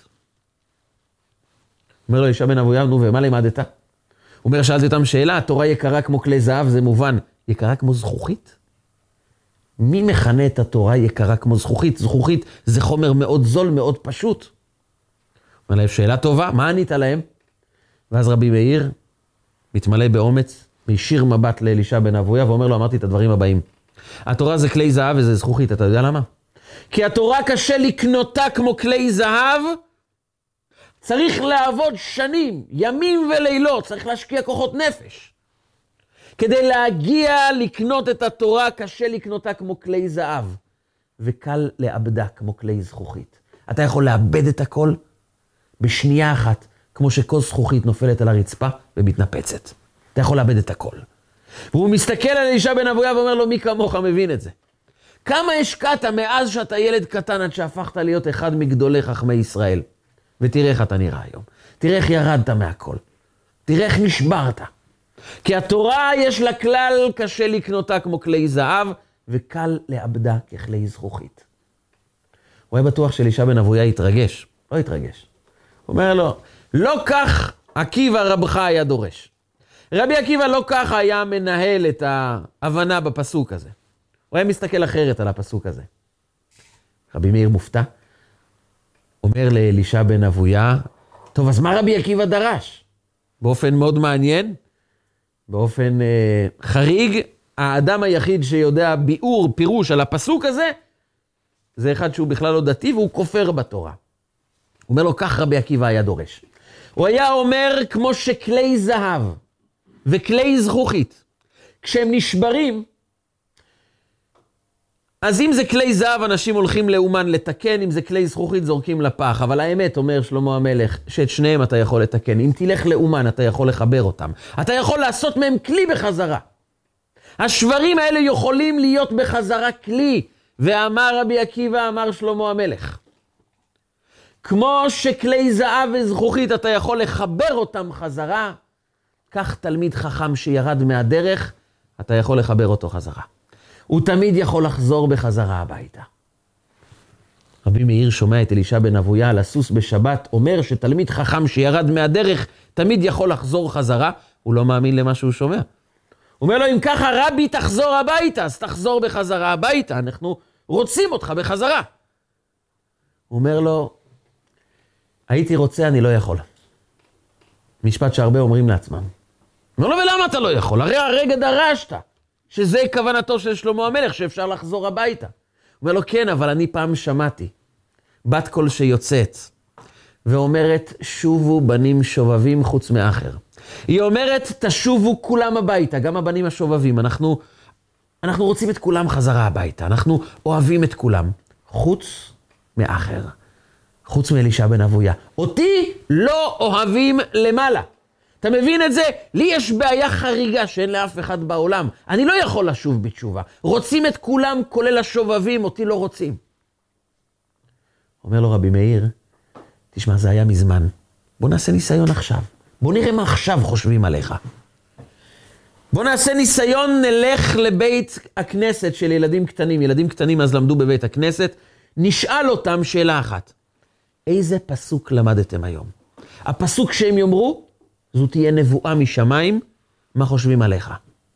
אומר לו אלישע בן אבויה, נו ומה לימדת? הוא אומר, שאלתי אותם שאלה, התורה יקרה כמו כלי זהב, זה מובן, יקרה כמו זכוכית? מי מכנה את התורה יקרה כמו זכוכית? זכוכית זה חומר מאוד זול, מאוד פשוט. אומר להם, שאלה טובה, מה ענית להם? ואז רבי מאיר מתמלא באומץ, מישיר מבט לאלישע בן אבויה, ואומר לו, אמרתי את הדברים הבאים. התורה זה כלי זהב וזה זכוכית, אתה יודע למה? כי התורה קשה לקנותה כמו כלי זהב, צריך לעבוד שנים, ימים ולילות, צריך להשקיע כוחות נפש. כדי להגיע לקנות את התורה, קשה לקנותה כמו כלי זהב, וקל לאבדה כמו כלי זכוכית. אתה יכול לאבד את הכל בשנייה אחת, כמו שכל זכוכית נופלת על הרצפה ומתנפצת. אתה יכול לאבד את הכל. והוא מסתכל על אלישע בן אבויה ואומר לו, מי כמוך מבין את זה? כמה השקעת מאז שאתה ילד קטן עד שהפכת להיות אחד מגדולי חכמי ישראל? ותראה איך אתה נראה היום. תראה איך ירדת מהכל. תראה איך נשברת. כי התורה יש לה כלל קשה לקנותה כמו כלי זהב, וקל לאבדה ככלי זכוכית. הוא היה בטוח שאלישע בן אבויה יתרגש. לא יתרגש. הוא אומר לו, לא כך עקיבא רבך היה דורש. רבי עקיבא לא ככה היה מנהל את ההבנה בפסוק הזה. הוא היה מסתכל אחרת על הפסוק הזה. רבי מאיר מופתע. אומר לאלישע בן אבויה, טוב, אז מה רבי עקיבא דרש? באופן מאוד מעניין, באופן חריג, האדם היחיד שיודע ביאור, פירוש על הפסוק הזה, זה אחד שהוא בכלל לא דתי והוא כופר בתורה. הוא אומר לו, כך רבי עקיבא היה דורש. הוא היה אומר כמו שכלי זהב וכלי זכוכית, כשהם נשברים, אז אם זה כלי זהב, אנשים הולכים לאומן לתקן, אם זה כלי זכוכית, זורקים לפח. אבל האמת, אומר שלמה המלך, שאת שניהם אתה יכול לתקן. אם תלך לאומן, אתה יכול לחבר אותם. אתה יכול לעשות מהם כלי בחזרה. השברים האלה יכולים להיות בחזרה כלי, ואמר רבי עקיבא, אמר שלמה המלך, כמו שכלי זהב וזכוכית אתה יכול לחבר אותם חזרה, כך תלמיד חכם שירד מהדרך, אתה יכול לחבר אותו חזרה. הוא תמיד יכול לחזור בחזרה הביתה. רבי מאיר שומע את אלישע בן אבויה על הסוס בשבת, אומר שתלמיד חכם שירד מהדרך, תמיד יכול לחזור חזרה, הוא לא מאמין למה שהוא שומע. הוא אומר לו, אם ככה רבי תחזור הביתה, אז תחזור בחזרה הביתה, אנחנו רוצים אותך בחזרה. הוא אומר לו, הייתי רוצה, אני לא יכול. משפט שהרבה אומרים לעצמם. הוא אומר לו, ולמה אתה לא יכול? הרי הרגע דרשת, שזה כוונתו של שלמה המלך, שאפשר לחזור הביתה. הוא אומר לו, כן, אבל אני פעם שמעתי, בת קול שיוצאת, ואומרת, שובו בנים שובבים חוץ מאחר. היא אומרת, תשובו כולם הביתה, גם הבנים השובבים. אנחנו רוצים את כולם חזרה הביתה, אנחנו אוהבים את כולם, חוץ מאחר, חוץ מאלישע בן אבויה. אותי לא אוהבים למעלה. אתה מבין את זה? לי יש בעיה חריגה שאין לאף אחד בעולם. אני לא יכול לשוב בתשובה. רוצים את כולם, כולל השובבים, אותי לא רוצים. אומר לו רבי מאיר, תשמע, זה היה מזמן. בוא נעשה ניסיון עכשיו. בוא נראה מה עכשיו חושבים עליך. בוא נעשה ניסיון, נלך לבית הכנסת של ילדים קטנים. ילדים קטנים אז למדו בבית הכנסת. נשאל אותם שאלה אחת. איזה פסוק למדתם היום? הפסוק שהם יאמרו, זו תהיה נבואה משמיים, מה חושבים עליך?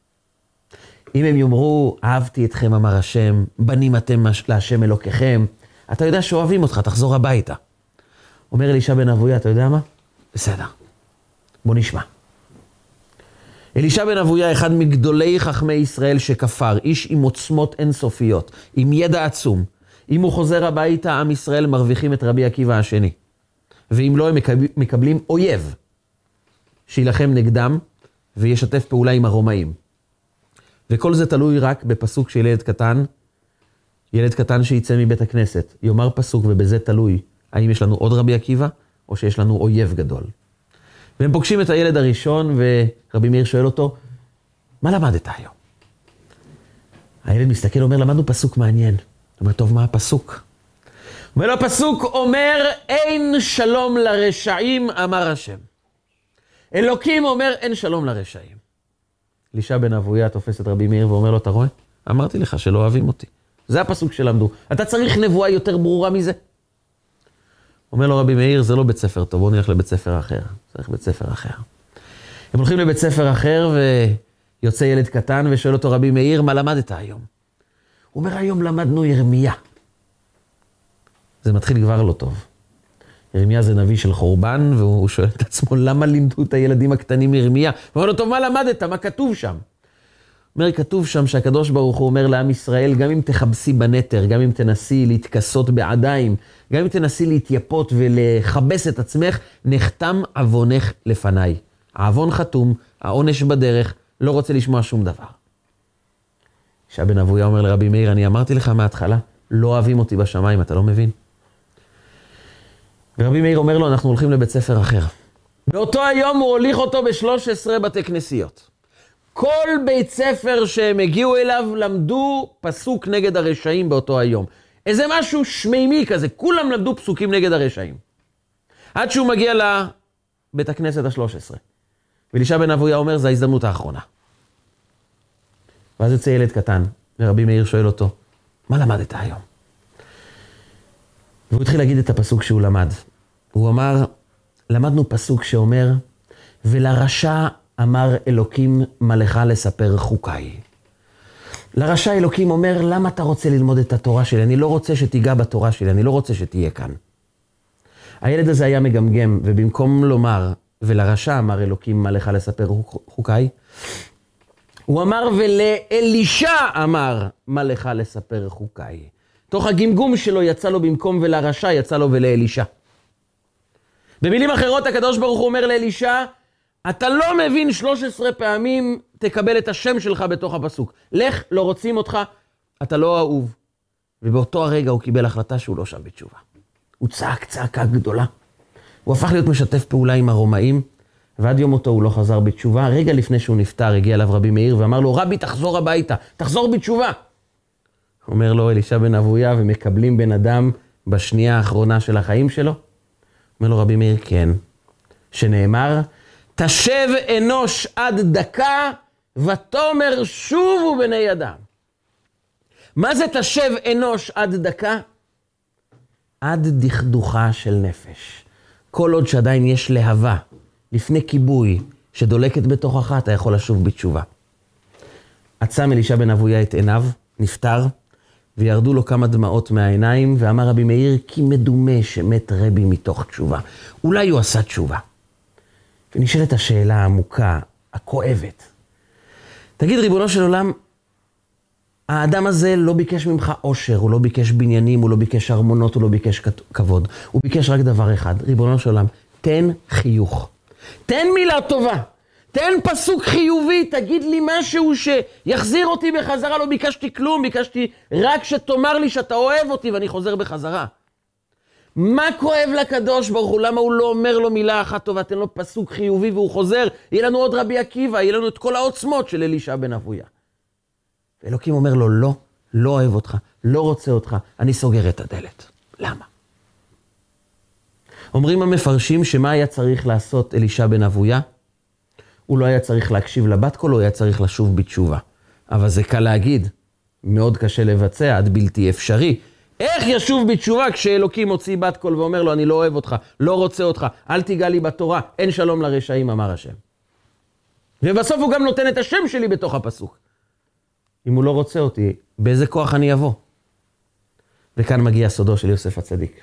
אם הם יאמרו, אהבתי אתכם, אמר השם, בנים אתם להשם אלוקיכם, אתה יודע שאוהבים אותך, תחזור הביתה. אומר אלישע בן אבויה, אתה יודע מה? בסדר, בוא נשמע. אלישע בן אבויה, אחד מגדולי חכמי ישראל שכפר, איש עם עוצמות אינסופיות, עם ידע עצום. אם הוא חוזר הביתה, עם ישראל מרוויחים את רבי עקיבא השני. ואם לא, הם מקבלים אויב. שילחם נגדם וישתף פעולה עם הרומאים. וכל זה תלוי רק בפסוק של ילד קטן שיצא מבית הכנסת. יאמר פסוק ובזה תלוי האם יש לנו עוד רבי עקיבא או שיש לנו אויב גדול. והם פוגשים את הילד הראשון ורבי מאיר שואל אותו, מה למדת היום? הילד מסתכל ואומר, למדנו פסוק מעניין. הוא אומר, טוב, מה הפסוק? אומר לו, הפסוק אומר, אין שלום לרשעים, אמר השם. אלוקים אומר, אין שלום לרשעים. אלישע בן אבויה תופס את רבי מאיר ואומר לו, אתה רואה? אמרתי לך שלא אוהבים אותי. זה הפסוק שלמדו. אתה צריך נבואה יותר ברורה מזה? אומר לו רבי מאיר, זה לא בית ספר טוב, בוא נלך לבית ספר אחר. צריך בית ספר אחר. הם הולכים לבית ספר אחר ויוצא ילד קטן ושואל אותו רבי מאיר, מה למדת היום? הוא אומר, היום למדנו ירמיה. זה מתחיל כבר לא טוב. ירמיה זה נביא של חורבן, והוא שואל את עצמו, למה לימדו את הילדים הקטנים ירמיה? הוא אומר לו, טוב, מה למדת? מה כתוב שם? אומר, כתוב שם שהקדוש ברוך הוא אומר לעם ישראל, גם אם תחבסי בנתר, גם אם תנסי להתכסות בעדיים, גם אם תנסי להתייפות ולחבס את עצמך, נחתם עוונך לפניי. העוון חתום, העונש בדרך, לא רוצה לשמוע שום דבר. אלישע בן אבויה אומר לרבי מאיר, אני אמרתי לך מההתחלה, לא אוהבים אותי בשמיים, אתה לא מבין? ורבי מאיר אומר לו, אנחנו הולכים לבית ספר אחר. באותו היום הוא הוליך אותו ב13 בתי כנסיות. כל בית ספר שהם הגיעו אליו למדו פסוק נגד הרשעים באותו היום. איזה משהו שמימי כזה, כולם למדו פסוקים נגד הרשעים. עד שהוא מגיע לבית הכנסת ה13. ואלישע בן אבויה אומר, זו ההזדמנות האחרונה. ואז יוצא ילד קטן, ורבי מאיר שואל אותו, מה למדת היום? והוא התחיל להגיד את הפסוק שהוא למד. הוא אמר, למדנו פסוק שאומר, ולרשע אמר אלוקים מה לך לספר חוקיי. לרשע אלוקים אומר, למה אתה רוצה ללמוד את התורה שלי? אני לא רוצה שתיגע בתורה שלי, אני לא רוצה שתהיה כאן. הילד הזה היה מגמגם, ובמקום לומר, ולרשע אמר אלוקים מה לך לספר חוקיי, הוא אמר, ולאלישע אמר מה לך לספר חוקיי. תוך הגמגום שלו יצא לו במקום ולרשע, יצא לו ולאלישע. במילים אחרות, הקדוש ברוך הוא אומר לאלישע, אתה לא מבין 13 פעמים, תקבל את השם שלך בתוך הפסוק. לך, לא רוצים אותך, אתה לא אהוב. ובאותו הרגע הוא קיבל החלטה שהוא לא שם בתשובה. הוא צעק צעקה גדולה. הוא הפך להיות משתף פעולה עם הרומאים, ועד יום אותו הוא לא חזר בתשובה. רגע לפני שהוא נפטר, הגיע אליו רבי מאיר ואמר לו, רבי, תחזור הביתה, תחזור בתשובה. אומר לו אלישע בן אבויה, ומקבלים בן אדם בשנייה האחרונה של החיים שלו? אומר לו רבי מאיר, כן. שנאמר, תשב אנוש עד דקה, ותאמר שובו בני אדם. מה זה תשב אנוש עד דקה? עד דכדוכה של נפש. כל עוד שעדיין יש להבה, לפני כיבוי, שדולקת בתוכך, אתה יכול לשוב בתשובה. עצם אלישע בן אבויה את עיניו, נפטר, וירדו לו כמה דמעות מהעיניים, ואמר רבי מאיר, כי מדומה שמת רבי מתוך תשובה. אולי הוא עשה תשובה. ונשאלת השאלה העמוקה, הכואבת. תגיד, ריבונו של עולם, האדם הזה לא ביקש ממך עושר, הוא לא ביקש בניינים, הוא לא ביקש ארמונות, הוא לא ביקש כבוד. הוא ביקש רק דבר אחד, ריבונו של עולם, תן חיוך. תן מילה טובה. תן פסוק חיובי, תגיד לי משהו שיחזיר אותי בחזרה. לא ביקשתי כלום, ביקשתי רק שתאמר לי שאתה אוהב אותי ואני חוזר בחזרה. מה כואב לקדוש ברוך הוא? למה הוא לא אומר לו מילה אחת טובה? תן לו פסוק חיובי והוא חוזר. יהיה לנו עוד רבי עקיבא, יהיה לנו את כל העוצמות של אלישע בן אבויה. ואלוקים אומר לו, לא, לא אוהב אותך, לא רוצה אותך, אני סוגר את הדלת. למה? אומרים המפרשים שמה היה צריך לעשות אלישע בן אבויה? הוא לא היה צריך להקשיב לבת קול, הוא היה צריך לשוב בתשובה. אבל זה קל להגיד, מאוד קשה לבצע, עד בלתי אפשרי. איך ישוב בתשובה כשאלוקים מוציא בת קול ואומר לו, אני לא אוהב אותך, לא רוצה אותך, אל תיגע לי בתורה, אין שלום לרשעים, אמר השם. ובסוף הוא גם נותן את השם שלי בתוך הפסוק. אם הוא לא רוצה אותי, באיזה כוח אני אבוא? וכאן מגיע סודו של יוסף הצדיק.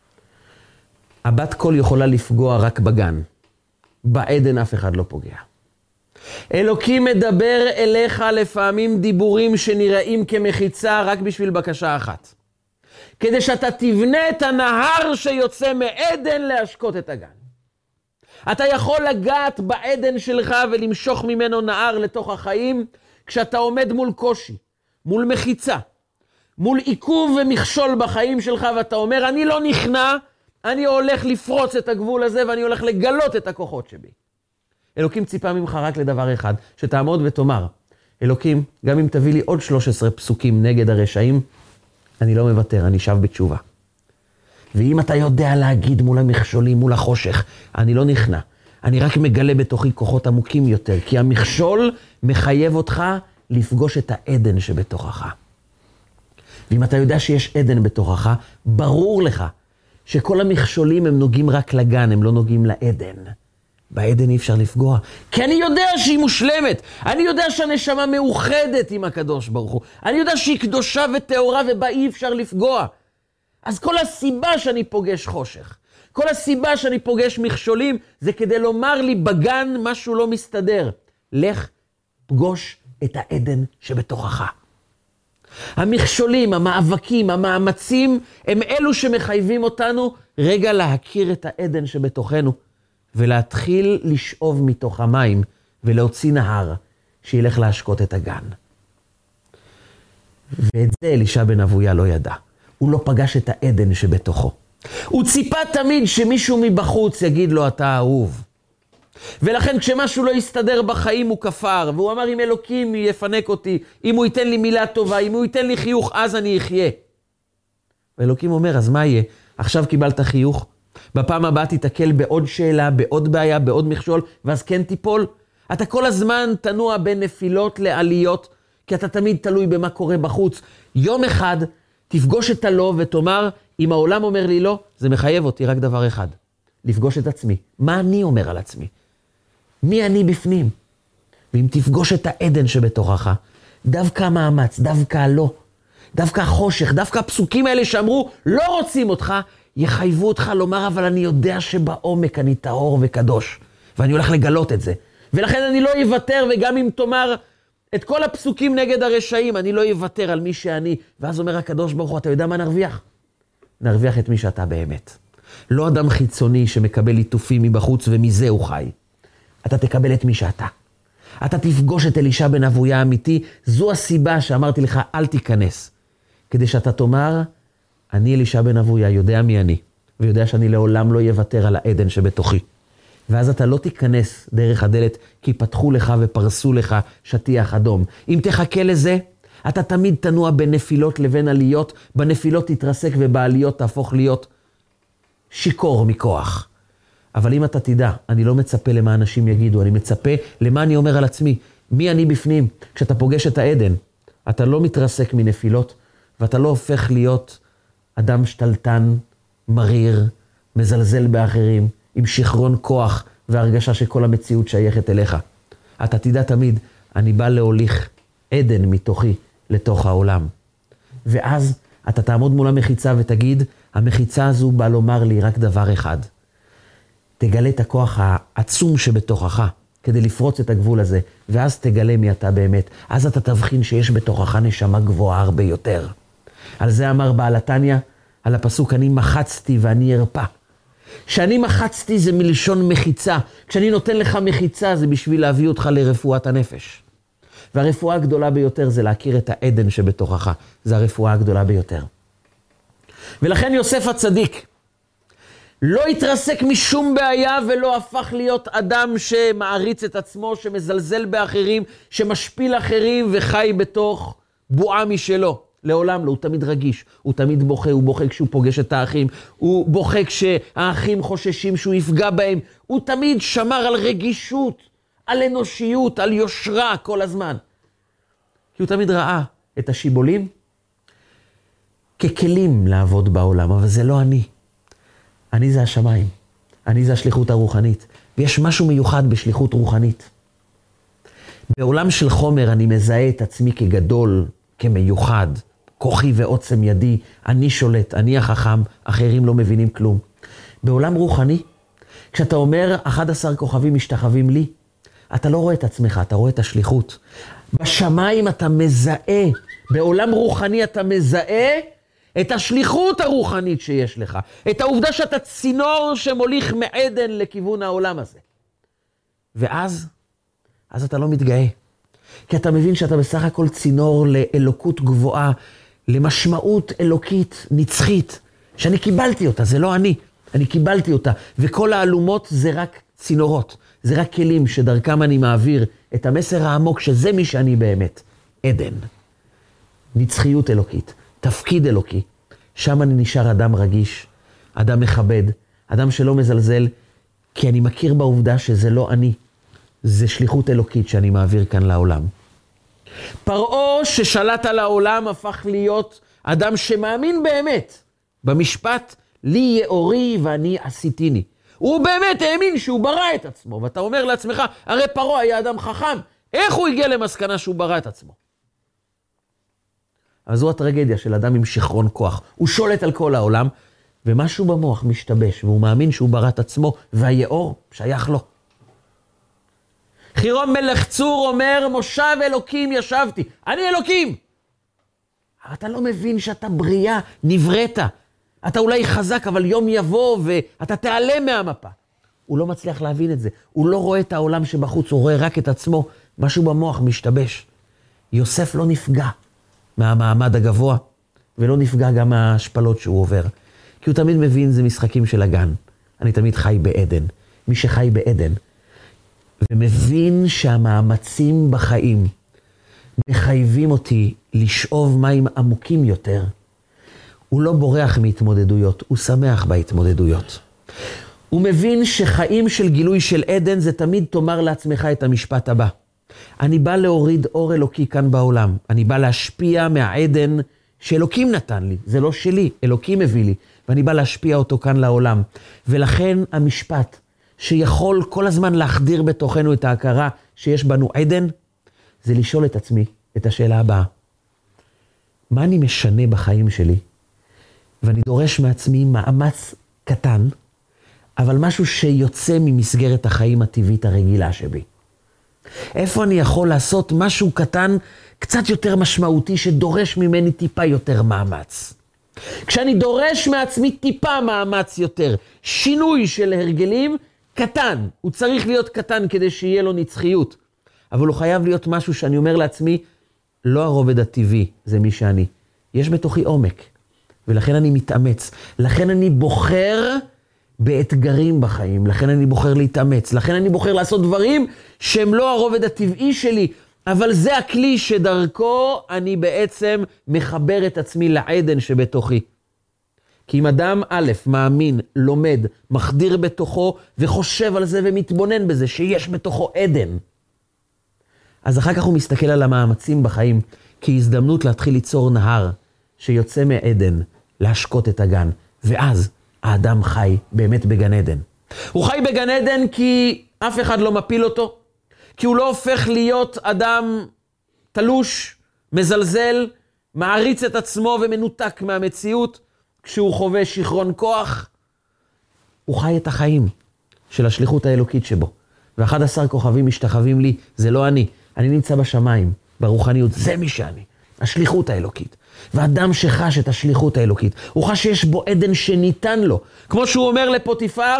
הבת קול יכולה לפגוע רק בגן. בעדן אף אחד לא פוגע. אלוקים מדבר אליך לפעמים דיבורים שנראים כמחיצה רק בשביל בקשה אחת. כדי שאתה תבנה את הנהר שיוצא מעדן להשקות את הגן. אתה יכול לגעת בעדן שלך ולמשוך ממנו נהר לתוך החיים, כשאתה עומד מול קושי, מול מחיצה, מול עיכוב ומכשול בחיים שלך, ואתה אומר, אני לא נכנע, אני הולך לפרוץ את הגבול הזה, ואני הולך לגלות את הכוחות שבי. אלוקים ציפה ממך רק לדבר אחד, שתעמוד ותאמר, אלוקים, גם אם תביא לי עוד 13 פסוקים נגד הרשעים, אני לא מוותר, אני שב בתשובה. ואם אתה יודע להגיד מול המכשולים, מול החושך, אני לא נכנע, אני רק מגלה בתוכי כוחות עמוקים יותר, כי המכשול מחייב אותך לפגוש את העדן שבתוכך. ואם אתה יודע שיש עדן בתוכך, ברור לך שכל המכשולים הם נוגעים רק לגן, הם לא נוגעים לעדן. בעדן אי אפשר לפגוע, כי אני יודע שהיא מושלמת, אני יודע שהנשמה מאוחדת עם הקדוש ברוך הוא, אני יודע שהיא קדושה וטהורה ובה אי אפשר לפגוע. אז כל הסיבה שאני פוגש חושך, כל הסיבה שאני פוגש מכשולים, זה כדי לומר לי בגן משהו לא מסתדר. לך פגוש את העדן שבתוכך. המכשולים, המאבקים, המאמצים, הם אלו שמחייבים אותנו רגע להכיר את העדן שבתוכנו, ולהתחיל לשאוב מתוך המים, ולהוציא נהר שילך להשקות את הגן. ואת זה אלישע בן אבויה לא ידע. הוא לא פגש את העדן שבתוכו. הוא ציפה תמיד שמישהו מבחוץ יגיד לו, אתה אהוב. ולכן כשמשהו לא יסתדר בחיים הוא כפר, והוא אמר, אם אלוקים יפנק אותי, אם הוא ייתן לי מילה טובה, אם הוא ייתן לי חיוך, אז אני אחיה. ואלוקים אומר, אז מה יהיה? עכשיו קיבלת חיוך, בפעם הבאה תתקל בעוד שאלה, בעוד בעיה, בעוד מכשול, ואז כן תיפול. אתה כל הזמן תנוע בין נפילות לעליות, כי אתה תמיד תלוי במה קורה בחוץ. יום אחד תפגוש את הלא ותאמר, אם העולם אומר לי לא, זה מחייב אותי רק דבר אחד, לפגוש את עצמי. מה אני אומר על עצמי? מי אני בפנים? ואם תפגוש את העדן שבתוכך, דווקא המאמץ, דווקא הלא, דווקא החושך, דווקא הפסוקים האלה שאמרו, לא רוצים אותך, יחייבו אותך לומר, אבל אני יודע שבעומק אני טהור וקדוש, ואני הולך לגלות את זה. ולכן אני לא יוותר, וגם אם תאמר את כל הפסוקים נגד הרשעים, אני לא יוותר על מי שאני. ואז אומר הקדוש ברוך הוא, אתה יודע מה נרוויח? נרוויח את מי שאתה באמת. לא אדם חיצוני שמקבל ליטופים מבחוץ ומזה הוא חי. אתה תקבל את מי שאתה. אתה תפגוש את אלישע בן אבויה האמיתי. זו הסיבה שאמרתי לך, אל תיכנס. כדי שאתה תאמר, אני אלישע בן אבויה, יודע מי אני, ויודע שאני לעולם לא יוותר על העדן שבתוכי. ואז אתה לא תיכנס דרך הדלת, כי פתחו לך ופרסו לך שטיח אדום. אם תחכה לזה, אתה תמיד תנוע בין נפילות לבין עליות, בנפילות תתרסק ובעליות תהפוך להיות שיקור מכוח. אבל אם אתה תדע, אני לא מצפה למה אנשים יגידו, אני מצפה למה אני אומר על עצמי, מי אני בפנים. כשאתה פוגש את העדן, אתה לא מתרסק מנפילות, ואתה לא הופך להיות אדם שתלטן, מריר, מזלזל באחרים, עם שכרון כוח והרגשה שכל המציאות שייכת אליך. אתה תדע תמיד, אני בא להוליך עדן מתוכי לתוך העולם. ואז אתה תעמוד מול המחיצה ותגיד, המחיצה הזו באה לומר לי רק דבר אחד. תגלה את הכוח העצום שבתוכך, כדי לפרוץ את הגבול הזה, ואז תגלה מי אתה באמת. אז אתה תבחין שיש בתוכך נשמה גבוהה הרבה יותר. על זה אמר בעל התניא, על הפסוק, אני מחצתי ואני ארפא. כשאני מחצתי זה מלשון מחיצה. כשאני נותן לך מחיצה זה בשביל להביא אותך לרפואת הנפש. והרפואה הגדולה ביותר זה להכיר את העדן שבתוכך. זה הרפואה הגדולה ביותר. ולכן יוסף הצדיק לא התרסק משום בעיה ולא הפך להיות אדם שמעריץ את עצמו, שמזלזל באחרים, שמשפיל אחרים וחי בתוך בועה משלו. לעולם לא, הוא תמיד רגיש, הוא תמיד בוכה, הוא בוכה כשהוא פוגש את האחים, הוא בוכה כשהאחים חוששים שהוא יפגע בהם, הוא תמיד שמר על רגישות, על אנושיות, על יושרה כל הזמן. כי הוא תמיד ראה את השיבולים ככלים לעבוד בעולם, אבל זה לא אני. אני זה השמיים, אני זה השליחות הרוחנית, ויש משהו מיוחד בשליחות רוחנית. בעולם של חומר אני מזהה את עצמי כגדול, כמיוחד, כוחי ועוצם ידי, אני שולט, אני החכם, אחרים לא מבינים כלום. בעולם רוחני, כשאתה אומר 11 כוכבים משתחווים לי, אתה לא רואה את עצמך, אתה רואה את השליחות. בשמיים אתה מזהה, בעולם רוחני אתה מזהה את השליחות הרוחנית שיש לך, את העובדה שאתה צינור שמוליך מעדן לכיוון העולם הזה. ואז אתה לא מתגאה. כי אתה מבין שאתה בסך הכל צינור לאלוקות גבוהה, למשמעות אלוקית נצחית, שאני קיבלתי אותה, זה לא אני קיבלתי אותה, וכל העלומות זה רק צינורות, זה רק כלים שדרכם אני מעביר את המסר העמוק שזה מי שאני באמת, עדן, נצחיות אלוקית, תפקיד אלוקי, שם אני נשאר אדם רגיש, אדם מכבד, אדם שלא מזלזל, כי אני מכיר בעובדה שזה לא אני, זה שליחות אלוקית שאני מעביר כאן לעולם. פרעה ששלט על העולם הפך להיות אדם שמאמין באמת במשפט לי יאורי ואני עשיתיני. הוא באמת האמין שהוא ברא את עצמו, ואתה אומר לעצמך, הרי פרעה היה אדם חכם, איך הוא הגיע למסקנה שהוא ברא את עצמו? אז זו הטרגדיה של אדם עם שכרון כוח. הוא שולט על כל העולם, ומשהו במוח משתבש, והוא מאמין שהוא ברא את עצמו, והיאור שייך לו. חירום מלך צור אומר, מושב אלוקים ישבתי. אני אלוקים. אבל אתה לא מבין שאתה בריאה, נבראת. אתה אולי חזק, אבל יום יבוא ואתה תיעלם מהמפה. הוא לא מצליח להבין את זה. הוא לא רואה את העולם שבחוץ, הוא רואה רק את עצמו. משהו במוח משתבש. יוסף לא נפגע מהמעמד הגבוה, ולא נפגע גם מההשפלות שהוא עובר. כי הוא תמיד מבין, זה משחקים של הגן. אני תמיד חי בעדן. מי שחי בעדן, ומבין שהמאמצים בחיים מחייבים אותי לשאוב מים עמוקים יותר, הוא לא בורח מהתמודדויות, הוא שמח בהתמודדויות. הוא מבין שחיים של גילוי של עדן זה תמיד תאמר לעצמך את המשפט הבא. אני בא להוריד אור אלוקי כאן בעולם, אני בא להשפיע מהעדן שאלוקים נתן לי, זה לא שלי, אלוקים הביא לי, ואני בא להשפיע אותו כאן לעולם. ולכן המשפט שיכול כל הזמן להחדיר בתוכנו את ההכרה שיש בנו עדן, זה לשאול את עצמי את השאלה הבאה. מה אני משנה בחיים שלי? ואני דורש מעצמי מאמץ קטן, אבל משהו שיוצא ממסגרת החיים הטבעית הרגילה שבי. איפה אני יכול לעשות משהו קטן, קצת יותר משמעותי, שדורש ממני טיפה יותר מאמץ? כשאני דורש מעצמי טיפה מאמץ יותר, שינוי של הרגלים קטן, הוא צריך להיות קטן כדי שיהיה לו נצחיות, אבל הוא חייב להיות משהו שאני אומר לעצמי, לא הרובד הטבעי, זה מי שאני. יש בתוכי עומק, ולכן אני מתאמץ, לכן אני בוחר באתגרים בחיים, לכן אני בוחר להתאמץ, לכן אני בוחר לעשות דברים שהם לא הרובד הטבעי שלי, אבל זה הכלי שדרכו אני בעצם מחבר את עצמי לעדן שבתוכי. כי אם אדם א', מאמין, לומד, מחדיר בתוכו וחושב על זה ומתבונן בזה שיש בתוכו עדן, אז אחר כך הוא מסתכל על המאמצים בחיים כהזדמנות להתחיל ליצור נהר שיוצא מעדן, להשקות את הגן, ואז האדם חי באמת בגן עדן. הוא חי בגן עדן כי אף אחד לא מפיל אותו, כי הוא לא הופך להיות אדם תלוש, מזלזל, מעריץ את עצמו ומנותק מהמציאות, כשהוא חווה שכרון כוח. הוא חי את החיים של השליחות האלוקית שבו. ו11 כוכבים משתחווים לי, זה לא אני נמצא בשמיים, ברוחניות, זה מי שאני, השליחות האלוקית. ואדם שחש את השליחות האלוקית, הוא חש שיש בו עדן שניתן לו. כמו שהוא אומר לפוטיפר,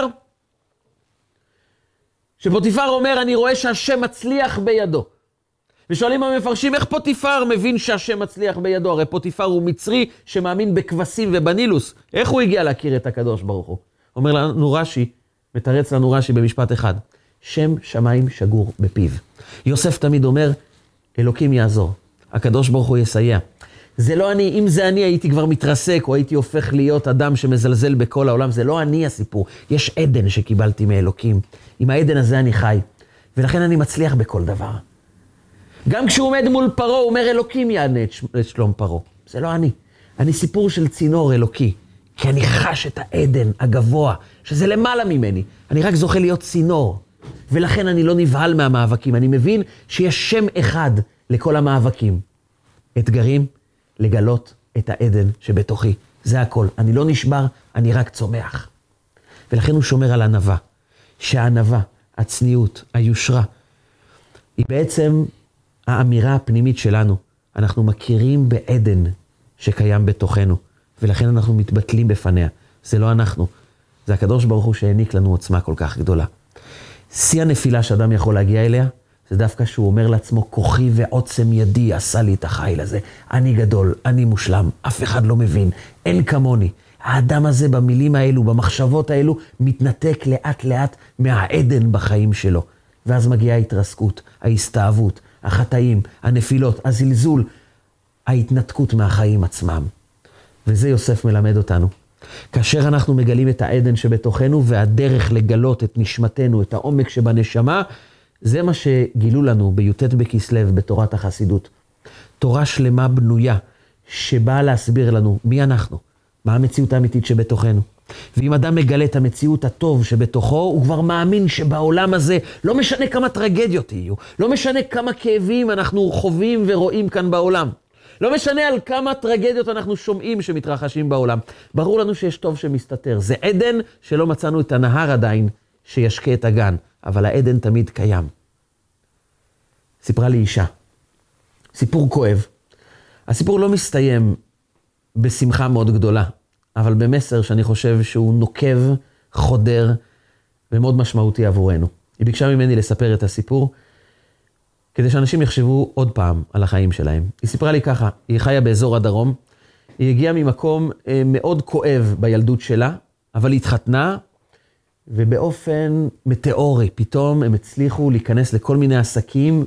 שפוטיפר אומר, אני רואה שהשם מצליח בידו. ושואלים המפרשים, איך פוטיפר מבין שהשם מצליח בידו? הרי פוטיפר הוא מצרי שמאמין בכבשים ובנילוס. איך הוא הגיע להכיר את הקדוש ברוך הוא? אומר לנו רש"י, מתרץ לנו רש"י במשפט אחד, שם שמיים שגור בפיו. יוסף תמיד אומר, אלוקים יעזור, הקדוש ברוך הוא יסייע. זה לא אני, אם זה אני הייתי כבר מתרסק, או הייתי הופך להיות אדם שמזלזל בכל העולם, זה לא אני הסיפור. יש עדן שקיבלתי מאלוקים. עם העדן הזה אני חי, ולכן אני מצליח בכל דבר. גם כשהוא עומד מול פרו, הוא אומר, אלוקים יענה את שלום פרו. זה לא אני. אני סיפור של צינור אלוקי, כי אני חש את העדן הגבוה, שזה למעלה ממני. אני רק זוכה להיות צינור, ולכן אני לא נבהל מהמאבקים. אני מבין שיש שם אחד לכל המאבקים. אתגרים, לגלות את העדן שבתוכי. זה הכל. אני לא נשבר, אני רק צומח. ולכן הוא שומר על ענווה. שהענווה, הצניעות, היושרה, היא בעצם האמירה הפנימית שלנו. אנחנו מכירים בעדן שקיים בתוכנו, ולכן אנחנו מתבטלים בפניה. זה לא אנחנו, זה הקדוש ברוך הוא שהעניק לנו עוצמה כל כך גדולה. שיא הנפילה שאדם יכול להגיע אליה, זה דווקא שהוא אומר לעצמו, כוחי ועוצם ידי עשה לי את החיל הזה. אני גדול, אני מושלם, אף אחד לא מבין, אין כמוני. האדם הזה במילים האלו, במחשבות האלו, מתנתק לאט לאט מהעדן בחיים שלו. ואז מגיעה ההתרסקות, ההסתאבות, החטאים, הנפילות, הזלזול, ההתנתקות מהחיים עצמם. וזה יוסף מלמד אותנו. כאשר אנחנו מגלים את העדן שבתוכנו, והדרך לגלות את נשמתנו, את העומק שבנשמה, זה מה שגילו לנו בי"ט בכסלו בתורת החסידות. תורה שלמה בנויה, שבאה להסביר לנו מי אנחנו, מה המציאות האמיתית שבתוכנו. ואם אדם מגלה את המציאות הטוב שבתוכו, הוא כבר מאמין שבעולם הזה, לא משנה כמה טרגדיות יהיו, לא משנה כמה כאבים אנחנו חווים ורואים כאן בעולם, לא משנה על כמה טרגדיות אנחנו שומעים שמתרחשים בעולם. ברור לנו שיש טוב שמסתתר. זה עדן שלא מצאנו את הנהר עדיין שישקה את הגן, אבל העדן תמיד קיים. סיפרה לי אישה, סיפור כואב. הסיפור לא מסתיים בשמחה מאוד גדולה, אבל במסר שאני חושב שהוא נוקב, חודר ומאוד משמעותי עבורנו. היא ביקשה ממני לספר את הסיפור, כדי שאנשים יחשבו עוד פעם על החיים שלהם. היא סיפרה לי ככה, היא חיה באזור הדרום, היא הגיעה ממקום מאוד כואב בילדות שלה, אבל היא התחתנה, ובאופן מטאורי, פתאום הם הצליחו להיכנס לכל מיני עסקים,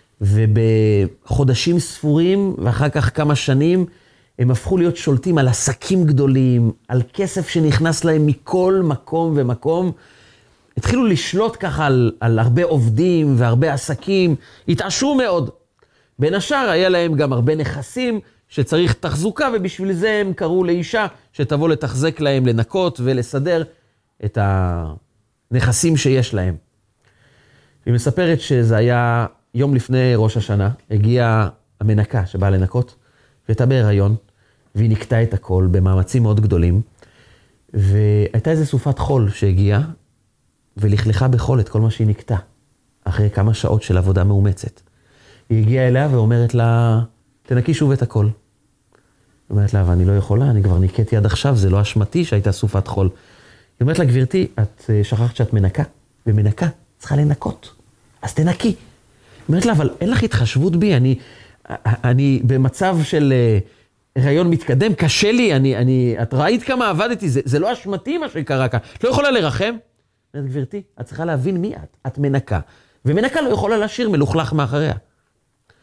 ובחודשים ספורים, ואחר כך כמה שנים, הם הפכו להיות שולטים על עסקים גדולים, על כסף שנכנס להם מכל מקום ומקום, התחילו לשלוט ככה על הרבה עובדים והרבה עסקים, התעשרו מאוד. בין השאר היה להם גם הרבה נכסים שצריך תחזוקה, ובשביל זה הם קראו לאישה שתבוא לתחזק להם, לנקות ולסדר את הנכסים שיש להם. היא מספרת שזה היה יום לפני ראש השנה, הגיעה המנקה שבאה לנקות, והייתה בהיריון, והיא נקטה את הכל במאמצים מאוד גדולים, והייתה איזו סופת חול שהגיעה, ולכלכה בחול את כל מה שהיא נקטה, אחרי כמה שעות של עבודה מאומצת. היא הגיעה אליה ואומרת לה, תנקי שוב את הכל. היא אומרת לה, ואני לא יכולה, אני כבר ניקטי עד עכשיו, זה לא אשמתי שהייתה סופת חול. היא אומרת לה, גבירתי, את שכחת שאת מנקה, ומנקה צריכה לנקות, אז תנקי. היא אומרת לה, אבל אין לך התחשבות בי, אני במצב של הריון מתקדם, קשה לי, את ראית כמה עבדתי, זה לא אשמתי מה שקרה כאן, את לא יכולה לרחם? אומרת, גבירתי, את צריכה להבין מי את, את מנקה, ומנקה לא יכולה להשאיר מלוכלך מאחריה.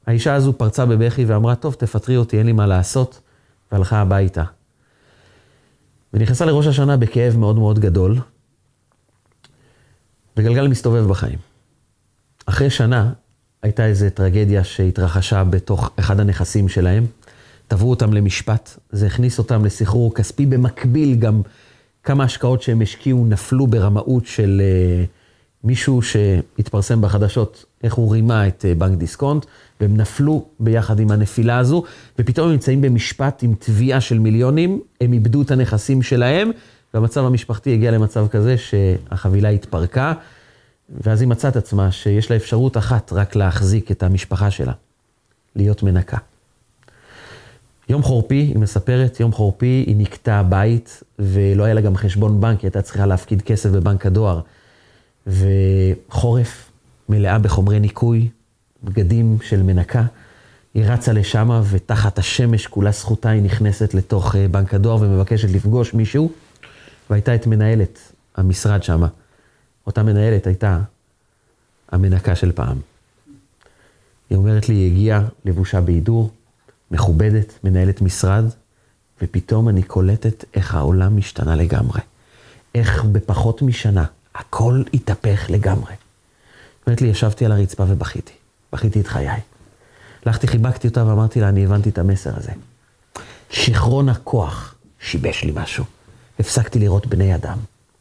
האישה הזו פרצה בבכי ואמרה, טוב, תפטרי אותי, אין לי מה לעשות, והלכה הביתה. ונכנסה לראש השנה בכאב מאוד מאוד גדול, וגלגל מסתובב בחיים. אחרי שנה הייתה איזו טרגדיה שהתרחשה בתוך אחד הנכסים שלהם, תבעו אותם למשפט, זה הכניס אותם לסחרור כספי, במקביל גם כמה השקעות שהם השקיעו נפלו ברמאות של מישהו שהתפרסם בחדשות, איך הוא רימה את בנק דיסקונט, והם נפלו ביחד עם הנפילה הזו, ופתאום הם נמצאים במשפט עם תביעה של מיליונים, הם איבדו את הנכסים שלהם, והמצב המשפחתי הגיע למצב כזה שהחבילה התפרקה, ואז היא מצאת עצמה שיש לה אפשרות אחת רק להחזיק את המשפחה שלה, להיות מנקה. יום חורפי, היא מספרת, יום חורפי, היא נקטה בית, ולא היה לה גם חשבון בנק, היא הייתה צריכה להפקיד כסף בבנק הדואר, וחורף מלאה בחומרי ניקוי, בגדים של מנקה, היא רצה לשם, ותחת השמש כולה זכותה היא נכנסת לתוך בנק הדואר, ומבקשת לפגוש מישהו, והייתה את מנהלת המשרד שם. אותה מנהלת הייתה המנקה של פעם. היא אומרת לי, היא הגיעה לבושה בהידור, מכובדת, מנהלת משרד, ופתאום אני קולטת איך העולם משתנה לגמרי. איך בפחות משנה הכל התהפך לגמרי. אומרת לי, ישבתי על הרצפה ובכיתי. בכיתי את חיי. הלכתי, חיבקתי אותה ואמרתי לה, אני הבנתי את המסר הזה. שכרון הכוח שיבש לי משהו. הפסקתי לראות בני אדם.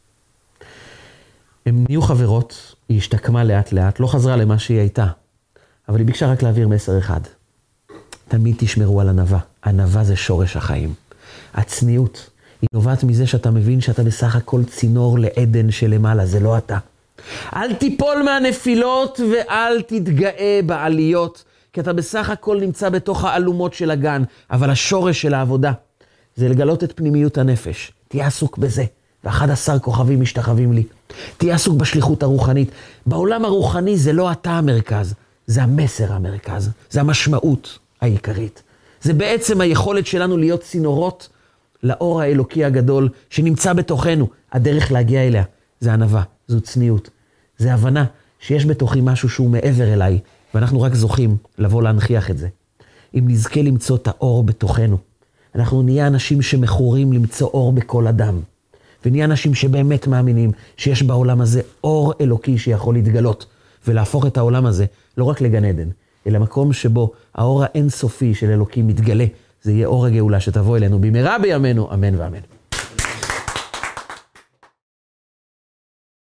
הם נהיו חברות, היא השתקמה לאט לאט, לא חזרה למה שהיא הייתה. אבל היא ביקשה רק להעביר מסר אחד. תמיד תשמרו על ענווה. ענווה זה שורש החיים. הצניעות היא נובעת מזה שאתה מבין שאתה בסך הכל צינור לעדן שלמעלה, זה לא אתה. אל תיפול מהנפילות ואל תתגאה בעליות, כי אתה בסך הכל נמצא בתוך האלומות של הגן, אבל השורש של העבודה זה לגלות את פנימיות הנפש. תהיה עסוק בזה, ו11 כוכבים משתחווים לי. תהיה עסוק בשליחות הרוחנית. בעולם הרוחני זה לא אתה המרכז, זה המסר המרכז, זה המשמעות העיקרית. זה בעצם היכולת שלנו להיות צינורות לאור האלוקי הגדול שנמצא בתוכנו. הדרך להגיע אליה זה ענווה, זו צניעות. זה הבנה שיש בתוכי משהו שהוא מעבר אליי, ואנחנו רק זוכים לבוא להנחיח את זה. אם נזכה למצוא את האור בתוכנו, אנחנו נהיה אנשים שמכורים למצוא אור בכל אדם. ונהיה אנשים שבאמת מאמינים שיש בעולם הזה אור אלוקי שיכול להתגלות, ולהפוך את העולם הזה לא רק לגן עדן, אלא מקום שבו האור האינסופי של אלוקים מתגלה. זה יהיה אור הגאולה שתבוא אלינו במהרה בימינו, אמן ואמן.